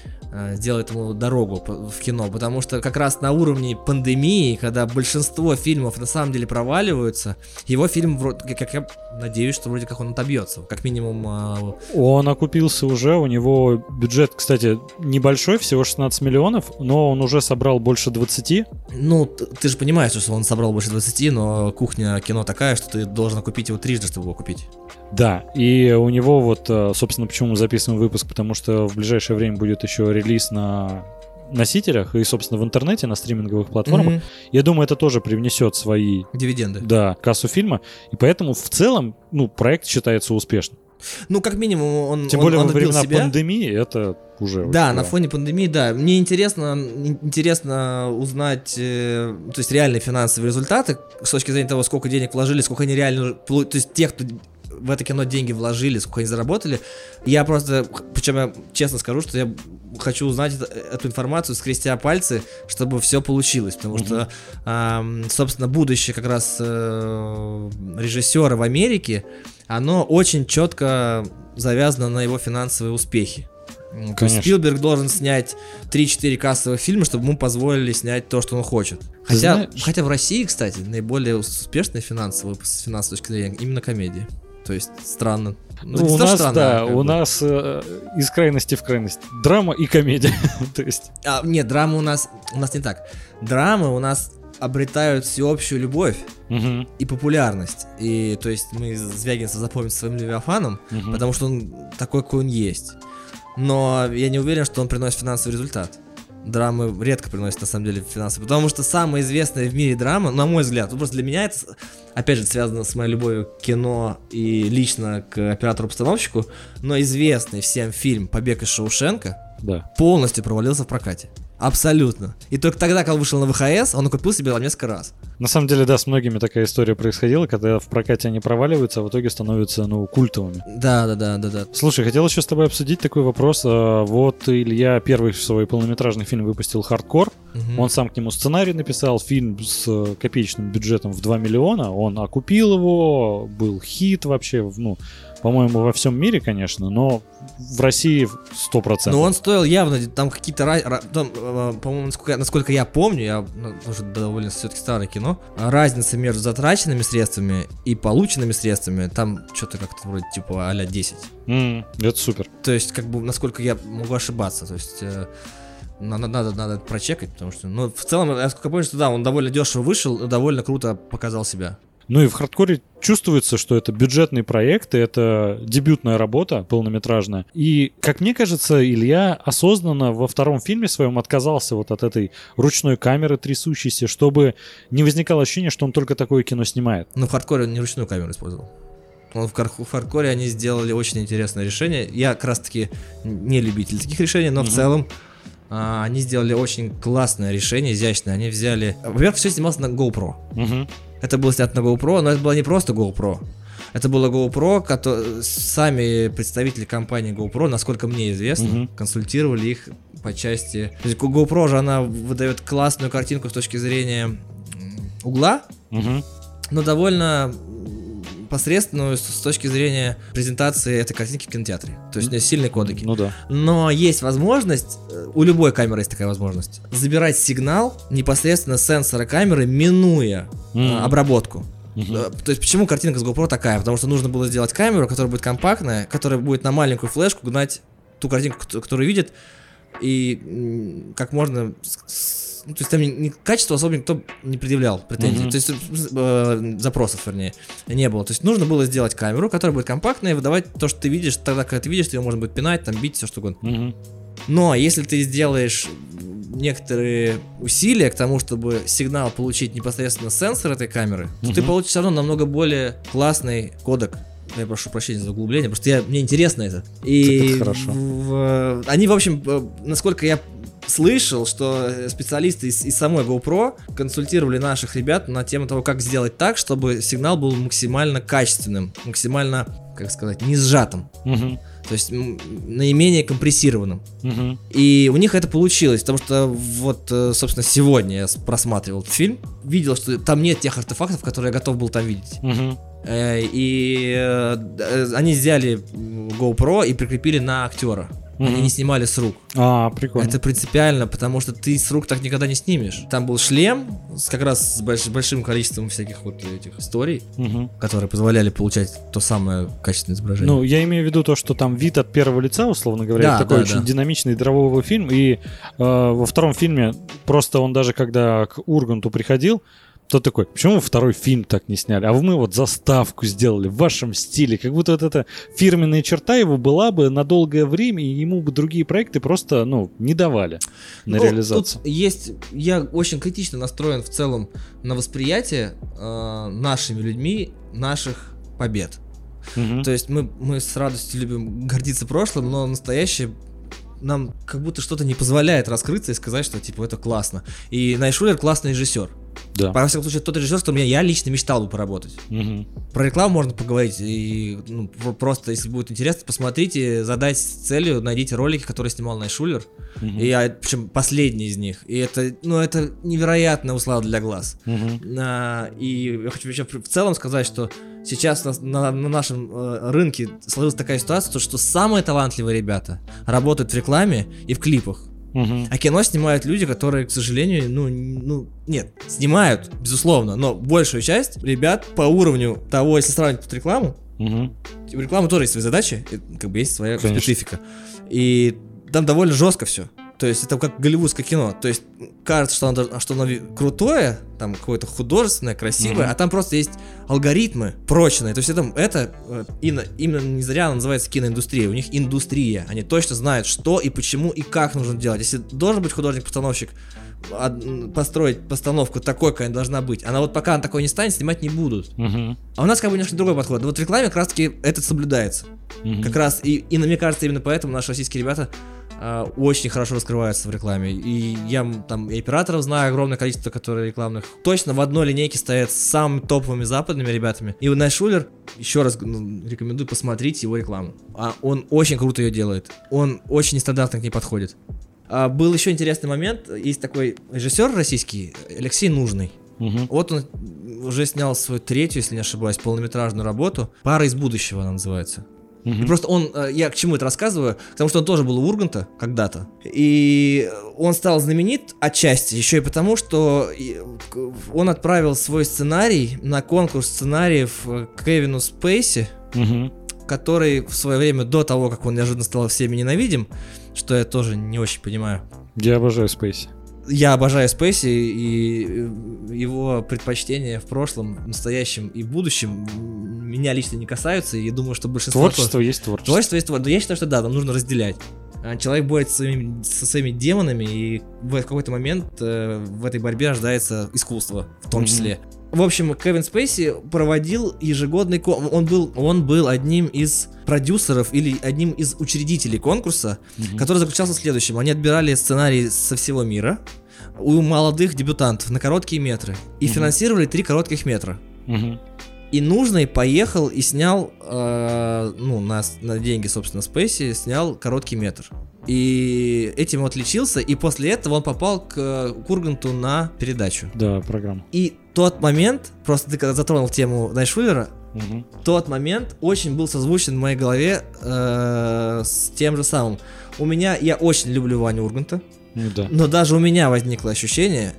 э, сделает ему дорогу в кино, потому что как раз на уровне пандемии, когда большинство фильмов на самом деле проваливаются, его фильм, вроде, как я надеюсь, что вроде как он отобьется, как минимум. Э... Он окупился уже, у него бюджет, кстати, небольшой, всего шестнадцать миллионов, но он уже собрал больше двадцати. Ну, ты же понимаешь, что он собрал больше двадцати, но кухня кино такая, что ты должен купить его трижды, чтобы его купить. Да, и у него вот, собственно, почему мы записываем выпуск, потому что в ближайшее время будет еще релиз на носителях и, собственно, в интернете, на стриминговых платформах. Mm-hmm. Я думаю, это тоже привнесет свои... дивиденды. Да, кассу фильма, и поэтому в целом, ну, проект считается успешным. Ну, как минимум, он Тем более он, он во времена себя. пандемии это уже... Да, вот, на да. фоне пандемии, да. Мне интересно, интересно узнать, э, то есть реальные финансовые результаты с точки зрения того, сколько денег вложили, сколько они реально... То есть тех, кто в это кино деньги вложили, сколько они заработали. Я просто, причем я честно скажу, что я хочу узнать это, эту информацию, скрестя пальцы, чтобы все получилось, потому mm-hmm. что, э, собственно, будущее как раз э, режиссера в Америке, оно очень четко завязано на его финансовые успехи. Конечно. То есть Спилберг должен снять три-четыре кассовых фильма, чтобы ему позволили снять то, что он хочет. Хотя, хотя в России, кстати, наиболее успешные финансовые, с финансовой точки зрения именно комедии. То есть странно. Ну, у нас, странно, да, у бы. нас э, из крайности в крайность драма и комедия. То есть... а, нет, драма у нас, у нас не так. Драмы у нас обретают всеобщую любовь uh-huh. и популярность. И то есть мы Звягинцева запомним своим Левиафаном, uh-huh. потому что он такой, какой он есть. Но я не уверен, что он приносит финансовый результат. Драмы редко приносят на самом деле финансовый, потому что самая известная в мире драма, на мой взгляд, просто для меня это, опять же, связано с моей любовью к кино и лично к оператору-постановщику, но известный всем фильм «Побег из Шоушенка» да. полностью провалился в прокате. Абсолютно. И только тогда, когда вышел на ВХС, он купил себе несколько раз. На самом деле, да, с многими такая история происходила, когда в прокате они проваливаются, а в итоге становятся, ну, культовыми. Да, да, да, да, да. Слушай, хотел еще с тобой обсудить такой вопрос. Вот Илья первый свой полнометражный фильм выпустил «Хардкор». Угу. Он сам к нему сценарий написал, фильм с копеечным бюджетом в два миллиона. Он окупил его, был хит вообще, ну, по-моему, во всем мире, конечно, но в России сто процентов. Но он стоил явно, там какие-то, там, по-моему, насколько, насколько я помню, я ну, уже довольно все-таки старое кино, разница между затраченными средствами и полученными средствами, там что-то как-то вроде типа а-ля десять. Mm, это супер. То есть, как бы, насколько я могу ошибаться, то есть... Надо, надо, надо прочекать, потому что, ну, в целом, я сколько помню, что да, он довольно дешево вышел, довольно круто показал себя. Ну и в «Хардкоре» чувствуется, что это бюджетный проект, и это дебютная работа полнометражная. И, как мне кажется, Илья осознанно во втором фильме своем отказался вот от этой ручной камеры трясущейся, чтобы не возникало ощущения, что он только такое кино снимает. Ну в «Хардкоре» он не ручную камеру использовал. Он в, в «Хардкоре» они сделали очень интересное решение. Я как раз-таки не любитель таких решений, но mm-hmm. в целом а, они сделали очень классное решение, изящное. Они взяли... Во-первых, все снималось на GoPro. Mm-hmm. Это было снято на GoPro, но это было не просто GoPro. Это было GoPro, который сами представители компании GoPro, насколько мне известно, mm-hmm. консультировали их по части... То есть GoPro же, она выдает классную картинку с точки зрения угла, mm-hmm. но довольно посредственную с точки зрения презентации этой картинки в кинотеатре. То есть у нее сильные кодеки. Ну да. Но есть возможность, у любой камеры есть такая возможность, забирать сигнал непосредственно с сенсора камеры, минуя mm. э, обработку. Mm-hmm. То есть почему картинка с GoPro такая? Потому что нужно было сделать камеру, которая будет компактная, которая будет на маленькую флешку гнать ту картинку, которую видит, и как можно... Ну, то есть там не, качество особо никто не предъявлял претензий, mm-hmm. то есть э, запросов, вернее, не было. То есть нужно было сделать камеру, которая будет компактная, и выдавать то, что ты видишь, тогда, когда ты видишь, ее можно будет пинать, там, бить, все что угодно. Mm-hmm. Но если ты сделаешь некоторые усилия к тому, чтобы сигнал получить непосредственно с сенсора этой камеры, mm-hmm. то ты получишь все равно намного более классный кодек. Я прошу прощения за углубление, потому что я, мне интересно это. И это хорошо. В, в, они, в общем, насколько я слышал, что специалисты из, из самой GoPro консультировали наших ребят на тему того, как сделать так, чтобы сигнал был максимально качественным, максимально, как сказать, не сжатым. Угу. То есть наименее компрессированным. Угу. И у них это получилось, потому что вот, собственно, сегодня я просматривал этот фильм, видел, что там нет тех артефактов, которые я готов был там видеть. Угу. И они взяли GoPro и прикрепили на актера. Они mm-hmm. не снимали с рук. А, прикольно. Это принципиально, потому что ты с рук так никогда не снимешь. Там был шлем, с, как раз с больш, большим количеством всяких вот этих историй, mm-hmm. которые позволяли получать то самое качественное изображение. Ну, я имею в виду то, что там вид от первого лица, условно говоря, да, такой да, очень да. динамичный драйвовый фильм. И э, во втором фильме просто он даже когда к Урганту приходил, тот такой, почему вы второй фильм так не сняли? А мы вот заставку сделали в вашем стиле. Как будто вот эта фирменная черта его была бы на долгое время, и ему бы другие проекты просто, ну, не давали на ну, реализацию. Тут есть, я очень критично настроен в целом на восприятие э, нашими людьми наших побед. Угу. То есть мы, мы с радостью любим гордиться прошлым, но настоящее нам как будто что-то не позволяет раскрыться и сказать, что типа это классно. И Найт Шулер классный режиссер. Да. По всякому случаю, тот режиссер, с которым я, я лично мечтал бы поработать. Угу. Про рекламу можно поговорить, и ну, просто, если будет интересно, посмотрите, задайте целью, найдите ролики, которые снимал Найшулер, угу. и я, причем последний из них, и это, ну, это невероятная услада для глаз. Угу. А, и я хочу еще в целом сказать, что сейчас на, на, на нашем э, рынке сложилась такая ситуация, что самые талантливые ребята работают в рекламе и в клипах. Uh-huh. А кино снимают люди, которые, к сожалению, ну, ну, нет, снимают, безусловно, но большую часть ребят по уровню того, если сравнивать под рекламу, uh-huh. у рекламы тоже есть свои задачи, как бы есть своя Конечно. специфика. И там довольно жестко все. То есть это как голливудское кино. То есть кажется, что оно, что оно крутое, там какое-то художественное, красивое, mm-hmm. а там просто есть алгоритмы прочные. То есть это, это именно, именно не зря оно называется киноиндустрия. У них индустрия. Они точно знают, что и почему и как нужно делать. Если должен быть художник-постановщик, построить постановку такой, какая она должна быть, она вот пока она такой не станет, снимать не будут. Mm-hmm. А у нас как бы немножко другой подход. Вот в рекламе как раз таки это соблюдается. Mm-hmm. Как раз, и, и мне кажется, именно поэтому наши российские ребята очень хорошо раскрываются в рекламе. И я там и операторов знаю огромное количество, которые рекламных. Точно в одной линейке стоят с самыми топовыми западными ребятами. И Найшулер, еще раз ну, рекомендую посмотреть его рекламу. А он очень круто ее делает. Он очень нестандартно к ней подходит. А был еще интересный момент. Есть такой режиссер российский, Алексей Нужный. Угу. Вот он уже снял свою третью, если не ошибаюсь, полнометражную работу. «Пара из будущего» она называется. Uh-huh. И просто он, я к чему это рассказываю, потому что он тоже был у Урганта когда-то, и он стал знаменит отчасти еще и потому, что он отправил свой сценарий на конкурс сценариев к Кевину Спейси, uh-huh. который в свое время, до того, как он неожиданно стал всеми ненавидим, что я тоже не очень понимаю. Я обожаю Спейси. Я обожаю Спейси, и его предпочтения в прошлом, настоящем и будущем меня лично не касаются, и я думаю, что большинство... Творчество тоже... есть творчество. Творчество есть творчество. Я считаю, что да, нам нужно разделять. Человек борется со своими, со своими демонами, и в какой-то момент э, в этой борьбе рождается искусство, в том числе. Mm-hmm. В общем, Кевин Спейси проводил ежегодный конкурс. Он был, он был одним из продюсеров или одним из учредителей конкурса, mm-hmm. который заключался в следующем. Они отбирали сценарии со всего мира у молодых дебютантов на короткие метры и mm-hmm. финансировали три коротких метра. Mm-hmm. И Нужный поехал и снял, э, ну, на, на деньги, собственно, Спейси, снял короткий метр. И этим он отличился, и после этого он попал к, к Урганту на передачу. Да, программу. И тот момент, просто ты когда затронул тему Найшулера, угу. тот момент очень был созвучен в моей голове э, с тем же самым. У меня, я очень люблю Ваню Урганта, ну, да. но даже у меня возникло ощущение,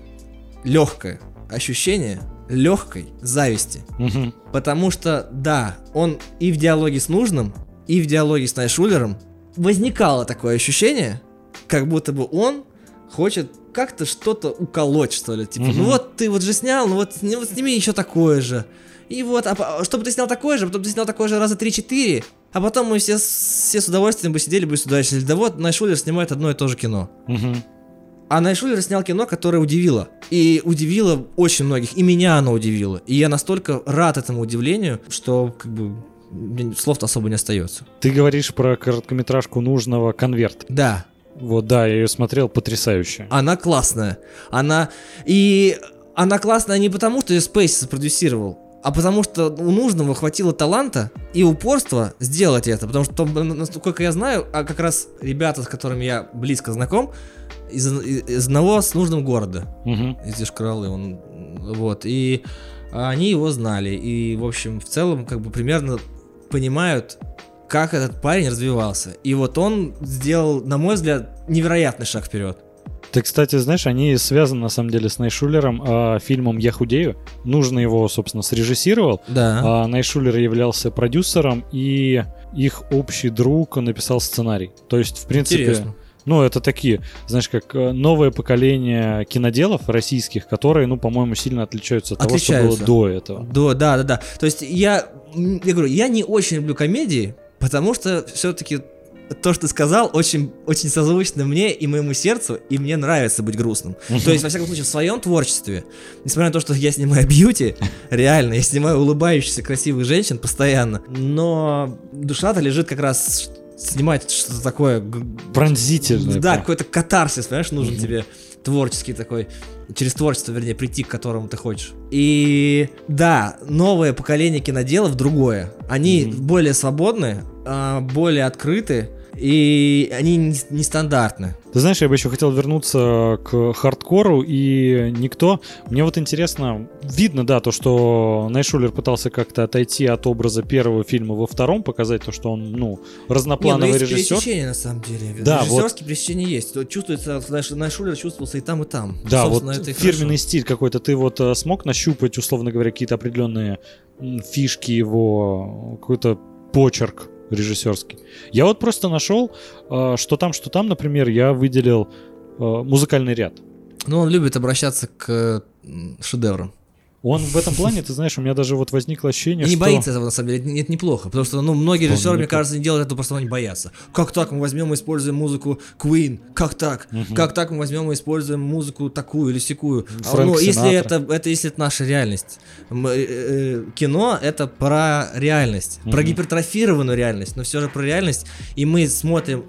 легкое ощущение легкой зависти. Угу. Потому что, да, он и в диалоге с Нужным, и в диалоге с Найшулером возникало такое ощущение, как будто бы он хочет как-то что-то уколоть, что ли. Типа, угу. ну вот ты вот же снял, ну вот, вот сними еще такое же. И вот, а, чтобы ты снял такое же, потом ты снял такое же раза три-четыре, а потом мы все, все с удовольствием бы сидели бы сюда и сказали, да вот Найшулер снимает одно и то же кино. Угу. А Найшулер снял кино, которое удивило. И удивило очень многих. И меня оно удивило. И я настолько рад этому удивлению, что как бы слов-то особо не остается. Ты говоришь про короткометражку Нужного «Конверт». Да. Вот, да, я ее смотрел, потрясающая. Она классная. Она... И она классная не потому, что ее Спейси спродюсировал, а потому что у Нужного хватило таланта и упорства сделать это. Потому что, насколько я знаю, а как раз ребята, с которыми я близко знаком, из, из одного с Нужным города, угу. из Йошкар-Олы, он, вот, и они его знали, и, в общем, в целом, как бы, примерно понимают, как этот парень развивался, и вот он сделал, на мой взгляд, невероятный шаг вперед. Ты, кстати, знаешь, они связаны, на самом деле, с Найшулером, а, фильмом «Я худею». Нужный его, собственно, срежиссировал, да. а Найшулер являлся продюсером, и их общий друг написал сценарий. То есть, в принципе... Интересно. Ну, это такие, знаешь, как новое поколение киноделов российских, которые, ну, по-моему, сильно отличаются от отличаются. того, что было до этого. До, да, да, да. То есть я, я говорю, я не очень люблю комедии, потому что все-таки то, что ты сказал, очень, очень созвучно мне и моему сердцу, и мне нравится быть грустным. Uh-huh. То есть, во всяком случае, в своем творчестве, несмотря на то, что я снимаю бьюти, реально, я снимаю улыбающихся красивых женщин постоянно, но душа-то лежит как раз... снимать что-то такое... Пронзительное. Да, какой-то катарсис, понимаешь, нужен uh-huh. тебе. творческий такой, через творчество, вернее, прийти к которому ты хочешь. И да, новое поколение киноделов другое. Они mm-hmm. более свободны, более открыты, и они нестандартны. Ты знаешь, я бы еще хотел вернуться к хардкору, и никто... Мне вот интересно, видно, да, то, что Найшулер пытался как-то отойти от образа первого фильма во втором, показать то, что он, ну, разноплановый Не, ну, есть режиссер. пересечения, на самом деле. Да, режиссерские вот... пересечения есть. Чувствуется, Найшулер чувствовался и там, и там. Да, вот это фирменный хорошо. стиль какой-то. Ты вот смог нащупать, условно говоря, какие-то определенные фишки его, какой-то почерк режиссерский. Я вот просто нашел, что там, что там, например, я выделил музыкальный ряд. Ну, он любит обращаться к шедеврам. Он в этом плане, ты знаешь, у меня даже вот возникло ощущение, и не что... боится этого, на самом деле, это неплохо, потому что, ну, многие режиссеры, мне кажется, не делают это, просто они боятся. Как так мы возьмем и используем музыку Queen? Как так? Угу. Как так мы возьмем и используем музыку такую или сякую? Фрэнк Ну, если Синатра. это, это, если это наша реальность. Кино — это про реальность, угу. про гипертрофированную реальность, но все же про реальность, и мы смотрим.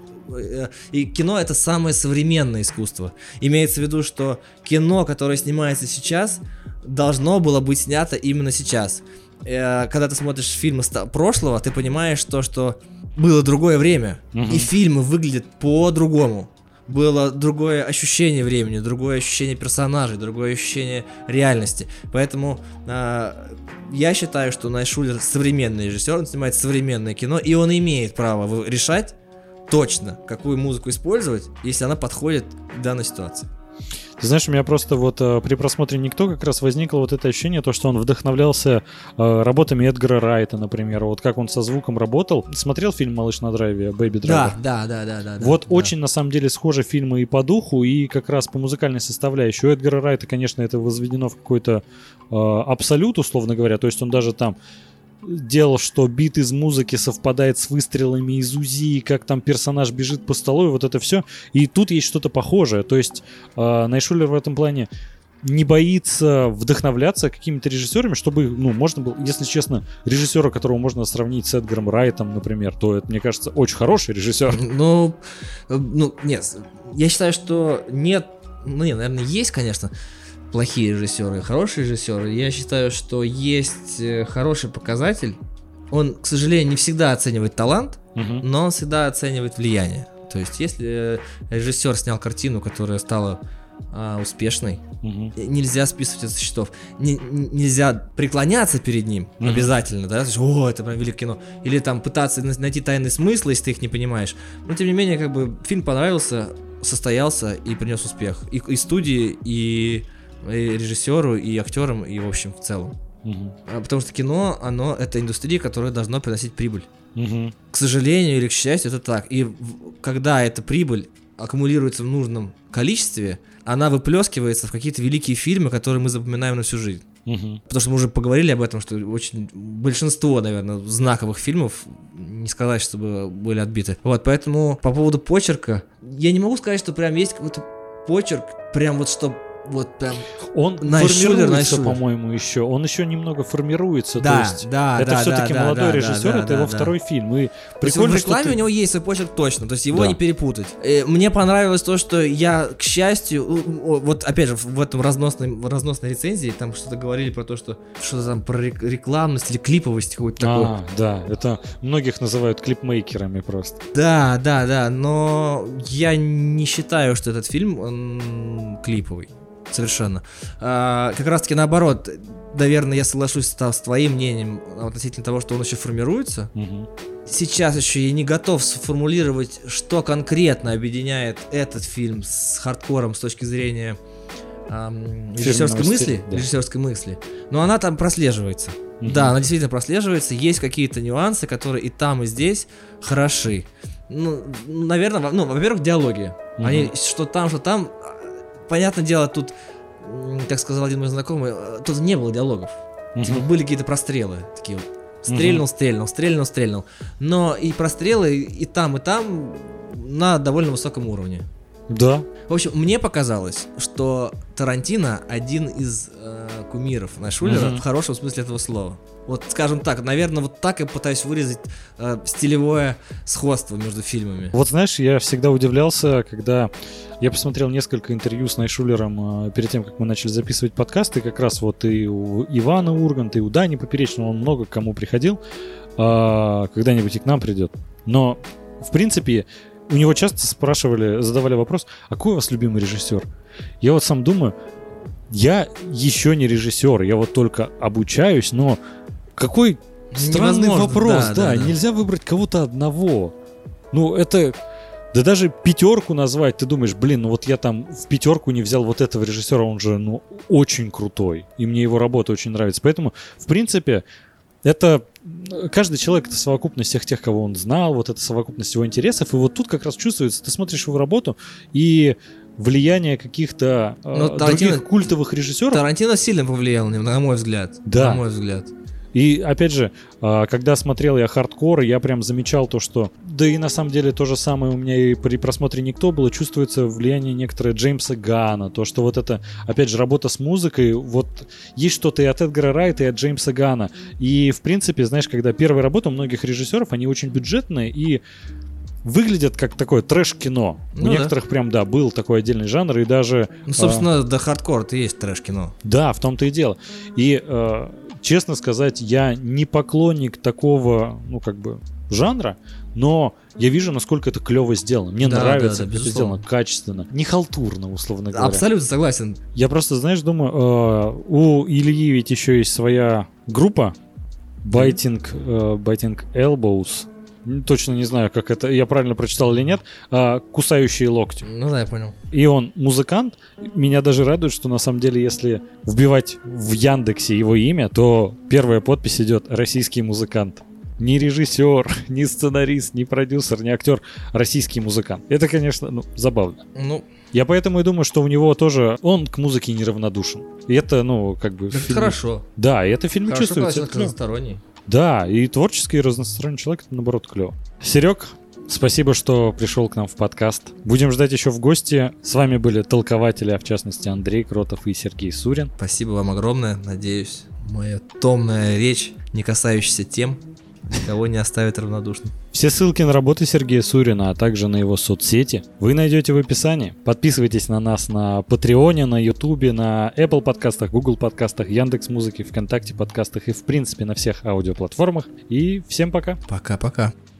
И кино — это самое современное искусство. Имеется в виду, что кино, которое снимается сейчас, должно было быть снято именно сейчас. Когда ты смотришь фильмы прошлого, ты понимаешь то, что было другое время, угу. и фильмы выглядят по-другому. Было другое ощущение времени, другое ощущение персонажей, другое ощущение реальности. Поэтому э, я считаю, что Найшулер современный режиссер, он снимает современное кино, и он имеет право решать точно, какую музыку использовать, если она подходит к данной ситуации. Ты знаешь, у меня просто вот э, при просмотре «Никто» как раз возникло вот это ощущение, то, что он вдохновлялся э, работами Эдгара Райта, например, вот как он со звуком работал. Смотрел фильм «Малыш на драйве», «Бэйби Драйвер»? Да, да, да, да. Вот да, очень, да. на самом деле, схожи фильмы и по духу, и как раз по музыкальной составляющей. У Эдгара Райта, конечно, это возведено в какой-то э, абсолют, условно говоря, то есть он даже там делал, что бит из музыки совпадает с выстрелами из УЗИ, как там персонаж бежит по столу, и вот это все. И тут есть что-то похожее. То есть э, Найшулер в этом плане не боится вдохновляться какими-то режиссерами, чтобы, ну, можно было, если честно, режиссера, которого можно сравнить с Эдгаром Райтом, например, то это, мне кажется, очень хороший режиссер. Ну, ну, нет, я считаю, что нет, ну, нет, наверное, есть, конечно, плохие режиссеры, хорошие режиссеры. Я считаю, что есть хороший показатель. Он, к сожалению, не всегда оценивает талант, uh-huh. но он всегда оценивает влияние. То есть, если режиссер снял картину, которая стала а, успешной, uh-huh. нельзя списывать это со счетов. Не, нельзя преклоняться перед ним uh-huh. обязательно, да? То есть, о, это прям великое кино. Или там пытаться найти тайный смысл, если ты их не понимаешь. Но, тем не менее, как бы фильм понравился, состоялся и принес успех. И, и студии, и... и режиссеру, и актерам, и в общем в целом. Uh-huh. Потому что кино, оно это индустрия, которая должна приносить прибыль. Uh-huh. К сожалению или к счастью, это так. И в, когда эта прибыль аккумулируется в нужном количестве, она выплескивается в какие-то великие фильмы, которые мы запоминаем на всю жизнь. Uh-huh. Потому что мы уже поговорили об этом, что очень большинство, наверное, знаковых фильмов, не сказать, чтобы были отбиты. Вот, поэтому по поводу почерка, я не могу сказать, что прям есть какой-то почерк, прям вот что вот прям он Найшулер, формируется, Найшулер. по-моему, еще. Он еще немного формируется. Да, то есть да, это да, все-таки да, молодой да, режиссер, да, это да, его да. второй фильм. И то есть прикольно, в рекламе что ты... у него есть свой почерк точно, то есть его да. не перепутать. И мне понравилось то, что я, к счастью, вот опять же в этом разносной, разносной рецензии там что-то говорили про то, что что-то там про рекламность или клиповость какой-то такой. А, да, это многих называют клипмейкерами просто. Да, да, да, но я не считаю, что этот фильм он клиповый. Совершенно. А, как раз таки наоборот, наверное, я соглашусь с, с твоим мнением относительно того, что он еще формируется. Угу. Сейчас еще я не готов сформулировать, что конкретно объединяет этот фильм с хардкором с точки зрения эм, режиссерской мысли, да. режиссерской мысли. Но она там прослеживается. Угу. Да, она действительно прослеживается. Есть какие-то нюансы, которые и там, и здесь хороши. Ну, наверное, ну, во-первых, диалоги. Угу. Они что там, что там. Понятное дело, тут, как сказал один мой знакомый, тут не было диалогов. Uh-huh. Типа были какие-то прострелы. Такие вот. Стрельнул, uh-huh. стрельнул, стрельнул, стрельнул. Но и прострелы и там, и там на довольно высоком уровне. Да. В общем, мне показалось, что Тарантино один из э, э, кумиров Найшулера Мгм. в хорошем смысле этого слова. Вот, скажем так, наверное, вот так я пытаюсь выразить э, стилевое сходство между фильмами. Вот знаешь, я всегда удивлялся, когда я посмотрел несколько интервью с Найшулером э, перед тем, как мы начали записывать подкасты, как раз вот и у Ивана Урганта, и у Дани Поперечного, он много к кому приходил, э, когда-нибудь и к нам придет. Но, в принципе, у него часто спрашивали, задавали вопрос, а какой у вас любимый режиссер? Я вот сам думаю, я еще не режиссер, я вот только обучаюсь, но какой странный Невозможно, вопрос, да, да, да, да. нельзя выбрать кого-то одного. Ну, это... Да даже пятерку назвать, ты думаешь, блин, ну вот я там в пятерку не взял вот этого режиссера, он же, ну, очень крутой, и мне его работа очень нравится. Поэтому, в принципе, это... Каждый человек — это совокупность всех тех, кого он знал, вот это совокупность его интересов, и вот тут как раз чувствуется, ты смотришь его работу, и влияние каких-то э, Ну, Тарантино- других культовых режиссеров. Тарантино сильно повлиял, на на мой взгляд. Да. На мой взгляд. И опять же, а, когда смотрел я хардкор, я прям замечал то, что... Да и на самом деле то же самое у меня и при просмотре «Никто» было. Чувствуется влияние некоторое Джеймса Ганна. То, что вот это, опять же, работа с музыкой. Вот есть что-то и от Эдгара Райта, и от Джеймса Ганна. И, в принципе, знаешь, когда первая работа у многих режиссеров, они очень бюджетные и выглядят как такое трэш-кино. Ну у да. некоторых прям, да, был такой отдельный жанр, и даже... Ну, а, собственно, до хардкора-то есть трэш-кино. Да, в том-то и дело. И, э, честно сказать, я не поклонник такого, ну, как бы, жанра, но я вижу, насколько это клево сделано. Мне Да, нравится, да, да, как это безусловно. сделано, качественно. Не халтурно, условно говоря. Абсолютно согласен. Я просто, знаешь, думаю, э, у Ильи ведь еще есть своя группа Biting, э, Biting Elbows. Точно не знаю, как это, я правильно прочитал или нет. э, Кусающие локти. Ну да, я понял. И он музыкант. Меня даже радует, что на самом деле, если вбивать в Яндексе его имя, то первая подпись идет «Российский музыкант». Не режиссер, не сценарист, не продюсер, не актер, российский музыкант. Это, конечно, ну, забавно. Ну, Я поэтому и думаю, что у него тоже, он к музыке неравнодушен. И это, ну, как бы... в это фильме- хорошо. Да, и это в фильме Хорошо, чувствуется. когда это человек клёво. разносторонний. Да, и творческий, и разносторонний человек, это, наоборот, клево. Серег, спасибо, что пришел к нам в подкаст. Будем ждать еще в гости. С вами были толкователи, а в частности Андрей Кротов и Сергей Сурин. Спасибо вам огромное. Надеюсь, моя томная речь, не касающаяся тем, никого не оставит равнодушным. Все ссылки на работы Сергея Сурина, а также на его соцсети вы найдете в описании. Подписывайтесь на нас на Патреоне, на Ютубе, на Apple подкастах, Google подкастах, Яндекс.Музыке, ВКонтакте подкастах и в принципе на всех аудиоплатформах. И всем пока! Пока-пока.